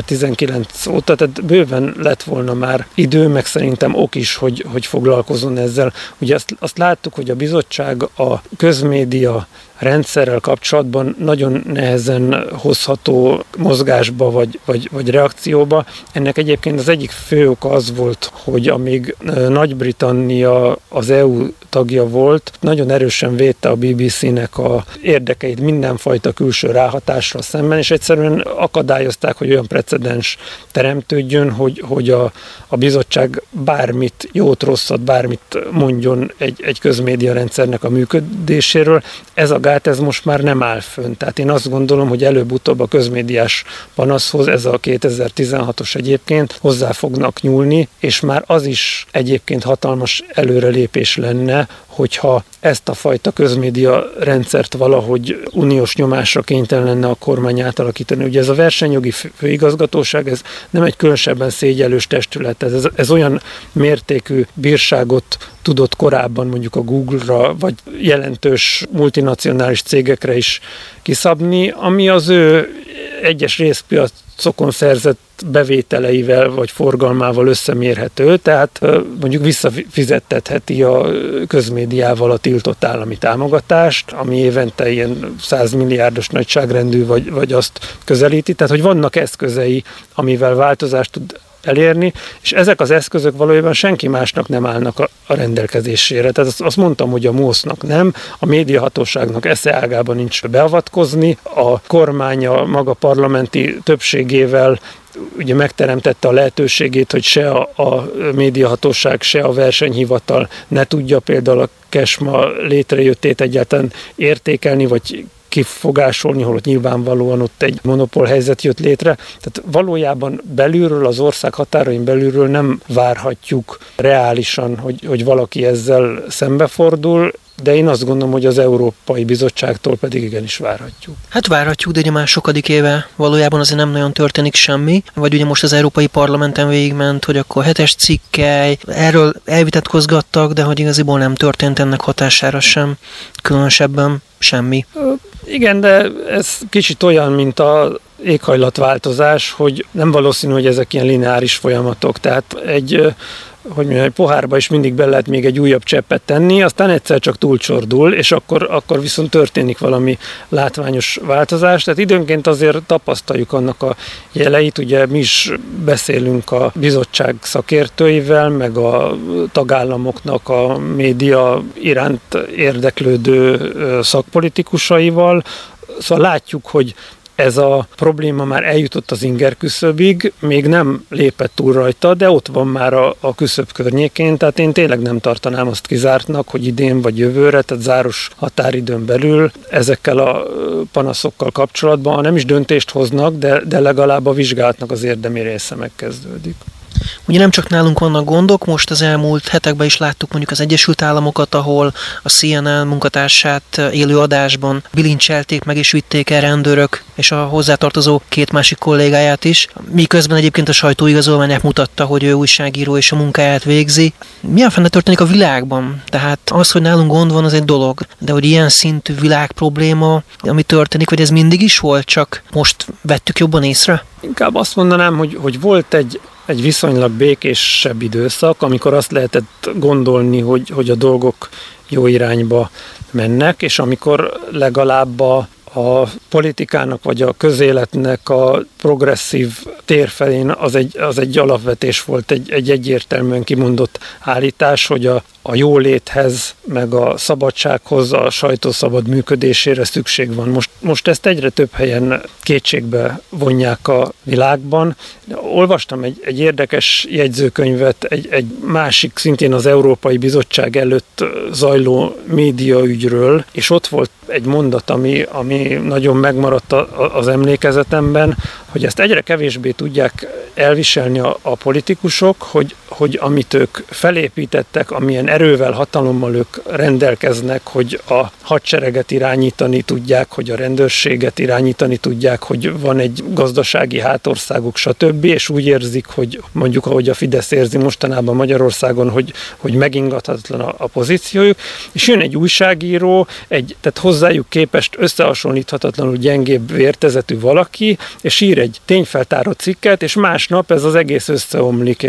2019 óta, tehát bőven lett volna már idő, meg szerintem ok is, hogy foglalkozzon ezzel. Ugye azt láttuk, hogy a bizottság a közmédia rendszerrel kapcsolatban nagyon nehezen hozható mozgásba vagy reakcióba. Ennek egyébként az egyik fő oka az volt, hogy amíg Nagy-Britannia az EU tagja volt, nagyon erősen védte a BBC-nek a érdekeit mindenfajta külső ráhatásra szemben, és egyszerűen akadályozták, hogy olyan precedens teremtődjön, hogy a bizottság bármit, jót, rosszat, bármit mondjon egy közmédia rendszernek a működéséről. Ez a gát, ez most már nem áll fönn. Tehát én azt gondolom, hogy előbb-utóbb a közmédiás panaszhoz, ez a 2016-os egyébként hozzá fognak nyúlni, és már az is egyébként hatalmas előrelépés lenne, hogyha ezt a fajta közmédia rendszert valahogy uniós nyomásra kénytelen lenne a kormány átalakítani. Ugye ez a versenyjogi főigazgatóság, ez nem egy különösebben szégyellős testület, ez olyan mértékű bírságot tudott korábban mondjuk a Google-ra, vagy jelentős multinacionális cégekre is kiszabni, ami az ő egyes részpiacokon szerzett bevételeivel vagy forgalmával összemérhető, tehát mondjuk visszafizettetheti a közmédiával a tiltott állami támogatást, ami évente ilyen 100 milliárdos nagyságrendű, vagy azt közelíti, tehát hogy vannak eszközei, amivel változást tud elérni, és ezek az eszközök valójában senki másnak nem állnak a rendelkezésére. Tehát azt mondtam, hogy a MOSZ-nak nem, a médiahatóságnak esze ágában nincs beavatkozni, a kormány a maga parlamenti többségével ugye megteremtette a lehetőségét, hogy se a médiahatóság, se a versenyhivatal ne tudja például a KESMA létrejöttét egyáltalán értékelni, vagy kifogásolni, holott nyilvánvalóan ott egy monopólhelyzet jött létre. Tehát valójában belülről, az ország határain belülről nem várhatjuk reálisan, hogy valaki ezzel szembefordul, de én azt gondolom, hogy az Európai Bizottságtól pedig igenis várhatjuk. Hát várhatjuk, de ugye már sokadik éve valójában azért nem nagyon történik semmi. Vagy ugye most az Európai Parlamenten végigment, hogy akkor 7-es cikkely, erről elvitatkozgattak, de hogy igaziból nem történt ennek hatására sem, különösebben semmi. Igen, de ez kicsit olyan, mint az éghajlatváltozás, hogy nem valószínű, hogy ezek ilyen lineáris folyamatok. Tehát egy pohárba is mindig be lehet még egy újabb cseppet tenni, aztán egyszer csak túlcsordul, és akkor viszont történik valami látványos változás. Tehát időnként azért tapasztaljuk annak a jeleit, ugye mi is beszélünk a bizottság szakértőivel, meg a tagállamoknak a média iránt érdeklődő szakpolitikusaival, szóval látjuk, hogy ez a probléma már eljutott az inger küszöbig, még nem lépett túl rajta, de ott van már a küszöb környékén, tehát én tényleg nem tartanám azt kizártnak, hogy idén vagy jövőre, tehát záros határidőn belül ezekkel a panaszokkal kapcsolatban, ha nem is döntést hoznak, de legalább a vizsgálatnak az érdemi része megkezdődik. Ugye nem csak nálunk vannak gondok, most az elmúlt hetekben is láttuk mondjuk az Egyesült Államokat, ahol a CNN munkatársát élő adásban bilincselték meg és vitték el rendőrök, és a hozzátartozó 2 másik kollégáját is, miközben egyébként a sajtóigazolványát mutatta, hogy ő újságíró és a munkáját végzi. Milyen fenne történik a világban? Tehát az, hogy nálunk gond van, az egy dolog, de hogy ilyen szintű világprobléma, ami történik, hogy ez mindig is volt, csak most vettük jobban észre? Inkább azt mondanám, hogy volt egy viszonylag békésebb időszak, amikor azt lehetett gondolni, hogy a dolgok jó irányba mennek, és amikor legalább a politikának vagy a közéletnek a progresszív térfelén az egy alapvetés volt, egy egyértelműen kimondott állítás, hogy a jóléthez, meg a szabadsághoz, a sajtó szabad működésére szükség van. Most ezt egyre több helyen kétségbe vonják a világban. Olvastam egy érdekes jegyzőkönyvet egy másik, szintén az Európai Bizottság előtt zajló médiaügyről, és ott volt egy mondat, ami nagyon megmaradt az emlékezetemben, hogy ezt egyre kevésbé tudják elviselni a politikusok, hogy amit ők felépítettek, amilyen erővel, hatalommal ők rendelkeznek, hogy a hadsereget irányítani tudják, hogy a rendőrséget irányítani tudják, hogy van egy gazdasági hátországuk, stb. És úgy érzik, hogy mondjuk, ahogy a Fidesz érzi mostanában Magyarországon, hogy megingathatatlan a pozíciójuk, és jön egy újságíró, tehát hozzájuk képest összehasonlíthatatlanul gyengébb vértezetű valaki, és ír egy tényfeltáró cikket, és másnap ez az egész összeomlik,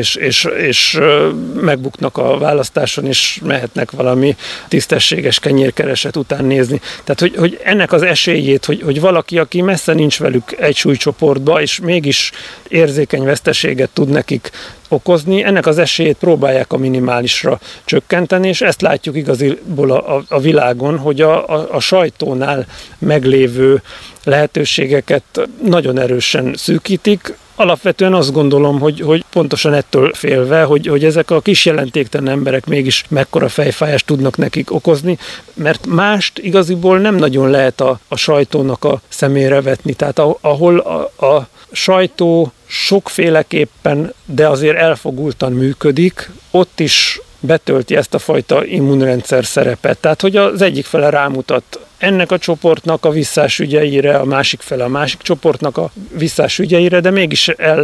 és megbuknak a választáson, és mehetnek valami tisztességes kenyérkereset után nézni. Tehát, hogy ennek az esélyét, hogy valaki, aki messze nincs velük egy súlycsoportba, és mégis érzékeny veszteséget tud nekik okozni, ennek az esélyét próbálják a minimálisra csökkenteni, és ezt látjuk igaziból a világon, hogy a sajtónál meglévő lehetőségeket nagyon erősen szűkítik. Alapvetően azt gondolom, hogy pontosan ettől félve, hogy ezek a kis jelentéktelen emberek mégis mekkora fejfájást tudnak nekik okozni, mert mást igaziból nem nagyon lehet a sajtónak a szemére vetni. Tehát ahol a sajtó sokféleképpen, de azért elfogultan működik, ott is betölti ezt a fajta immunrendszer szerepet. Tehát, hogy az egyik fele rámutat ennek a csoportnak a visszás ügyeire, a másik fele a másik csoportnak a visszás ügyeire, de mégis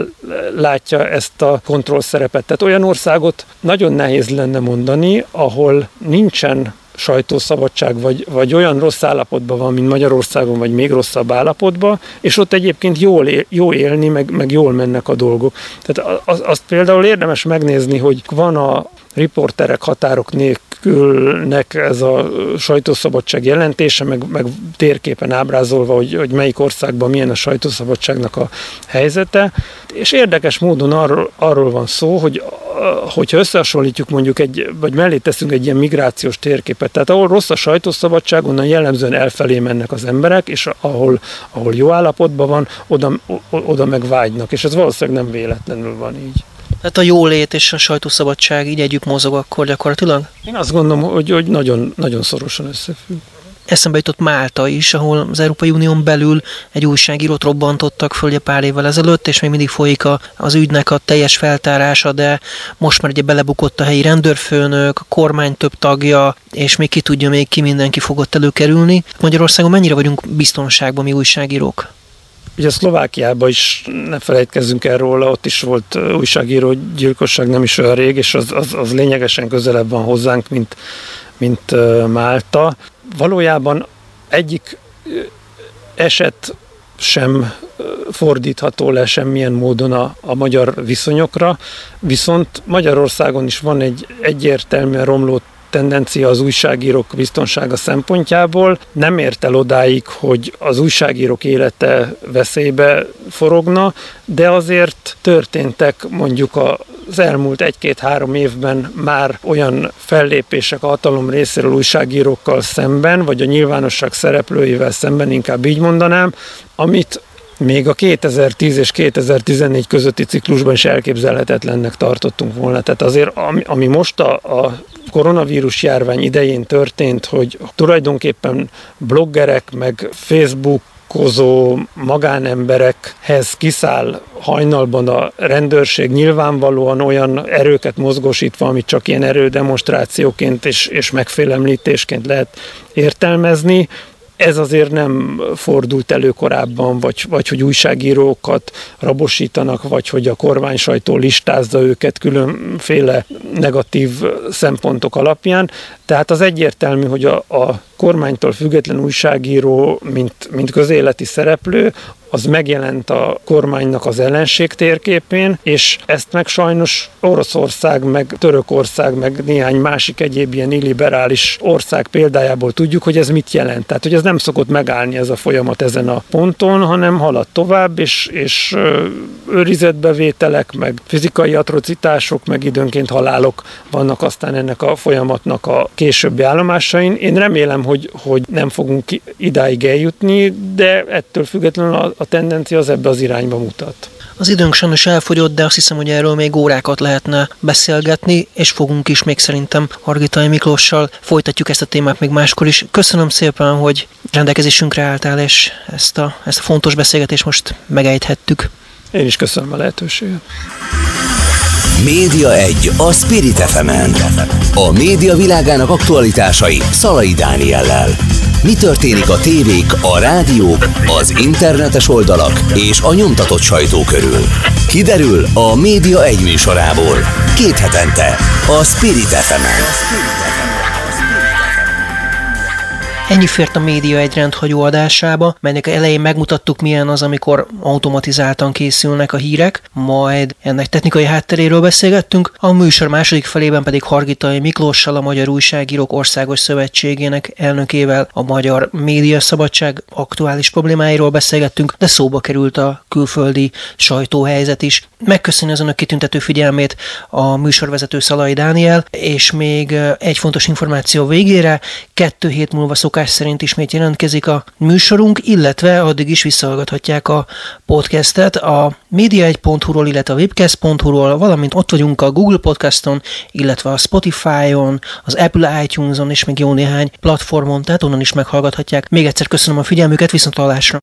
ellátja ezt a kontrollszerepet. Tehát olyan országot nagyon nehéz lenne mondani, ahol nincsen sajtószabadság, vagy olyan rossz állapotban van, mint Magyarországon, vagy még rosszabb állapotban, és ott egyébként jól élni, meg jól mennek a dolgok. Tehát azt például érdemes megnézni, hogy van a Riporterek határok nélkülnek ez a sajtószabadság jelentése, meg térképen ábrázolva, hogy melyik országban milyen a sajtószabadságnak a helyzete. És érdekes módon arról van szó, hogyha összehasonlítjuk mondjuk vagy mellé teszünk egy ilyen migrációs térképet, tehát ahol rossz a sajtószabadság, onnan jellemzően elfelé mennek az emberek, és ahol jó állapotban van, oda meg vágynak, és ez valószínűleg nem véletlenül van így. Tehát a jólét és a sajtószabadság így együtt mozog akkor gyakorlatilag? Én azt gondolom, hogy nagyon, nagyon szorosan összefügg. Eszembe jutott Málta is, ahol az Európai Unión belül egy újságírót robbantottak föl pár évvel ezelőtt, és még mindig folyik az ügynek a teljes feltárása, de most már ugye belebukott a helyi rendőrfőnök, a kormány több tagja, és még ki tudja még ki mindenki fogott előkerülni. Magyarországon mennyire vagyunk biztonságban mi újságírók? Ugye Szlovákiában is ne felejtkezzünk erről, ott is volt újságíró gyilkosság nem is olyan rég, és az lényegesen közelebb van hozzánk, mint Málta. Valójában egyik eset sem fordítható le semmilyen módon a magyar viszonyokra, viszont Magyarországon is van egy egyértelműen romló tendencia az újságírók biztonsága szempontjából. Nem ért el odáig, hogy az újságírók élete veszélybe forogna, de azért történtek mondjuk az elmúlt 1-2-3 évben már olyan fellépések a hatalom részéről újságírókkal szemben, vagy a nyilvánosság szereplőivel szemben, inkább így mondanám, amit még a 2010 és 2014 közötti ciklusban is elképzelhetetlennek tartottunk volna. Tehát azért, ami most a koronavírus járvány idején történt, hogy tulajdonképpen bloggerek, meg Facebookozó magánemberekhez kiszáll hajnalban a rendőrség, nyilvánvalóan olyan erőket mozgósítva, amit csak ilyen erődemonstrációként és megfélemlítésként lehet értelmezni. Ez azért nem fordult elő korábban, vagy hogy újságírókat rabosítanak, vagy hogy a kormánysajtó listázza őket különféle negatív szempontok alapján. Tehát az egyértelmű, hogy a kormánytól független újságíró, mint közéleti szereplő, az megjelent a kormánynak az ellenség térképén, és ezt meg sajnos Oroszország, meg Törökország, meg néhány másik egyéb ilyen illiberális ország példájából tudjuk, hogy ez mit jelent. Tehát, hogy ez nem szokott megállni ez a folyamat ezen a ponton, hanem halad tovább, és őrizetbevételek, meg fizikai atrocitások, meg időnként halálok vannak aztán ennek a folyamatnak a későbbi állomásain. Én remélem, hogy nem fogunk idáig eljutni, de ettől függetlenül a tendencia az ebbe az irányba mutat. Az időnk sajnos elfogyott, de azt hiszem, hogy erről még órákat lehetne beszélgetni, és fogunk is még szerintem Hargitai Miklóssal. Folytatjuk ezt a témát még máskor is. Köszönöm szépen, hogy rendelkezésünkre álltál, és ezt a fontos beszélgetést most megejthettük. Én is köszönöm a lehetőséget. Média 1 a Spirit FM-en. A média világának aktualitásai Szalai Dániellel. Mi történik a tévék, a rádiók, az internetes oldalak és a nyomtatott sajtó körül? Kiderül a Média 1 műsorából. 2 hetente a Spirit FM-en. Ennyi fért a Média 1 rendhagyó adásába, melynek elején megmutattuk, milyen az, amikor automatizáltan készülnek a hírek, majd ennek technikai hátteréről beszélgettünk, a műsor második felében pedig Hargitai Miklóssal, a Magyar Újságírók Országos Szövetségének elnökével a magyar médiaszabadság aktuális problémáiról beszélgettünk, de szóba került a külföldi sajtóhelyzet is. Megköszönöm az önök kitüntető figyelmét a műsorvezető Szalai Dániel, és még egy fontos információ végére, 2 hét múlva szokás szerint ismét jelentkezik a műsorunk, illetve addig is visszahallgathatják a podcastet a media1.hu-ról, illetve a webcast.hu-ról, valamint ott vagyunk a Google Podcaston, illetve a Spotify-on, az Apple iTunes-on és még jó néhány platformon, tehát onnan is meghallgathatják. Még egyszer köszönöm a figyelmüket, viszonthallásra!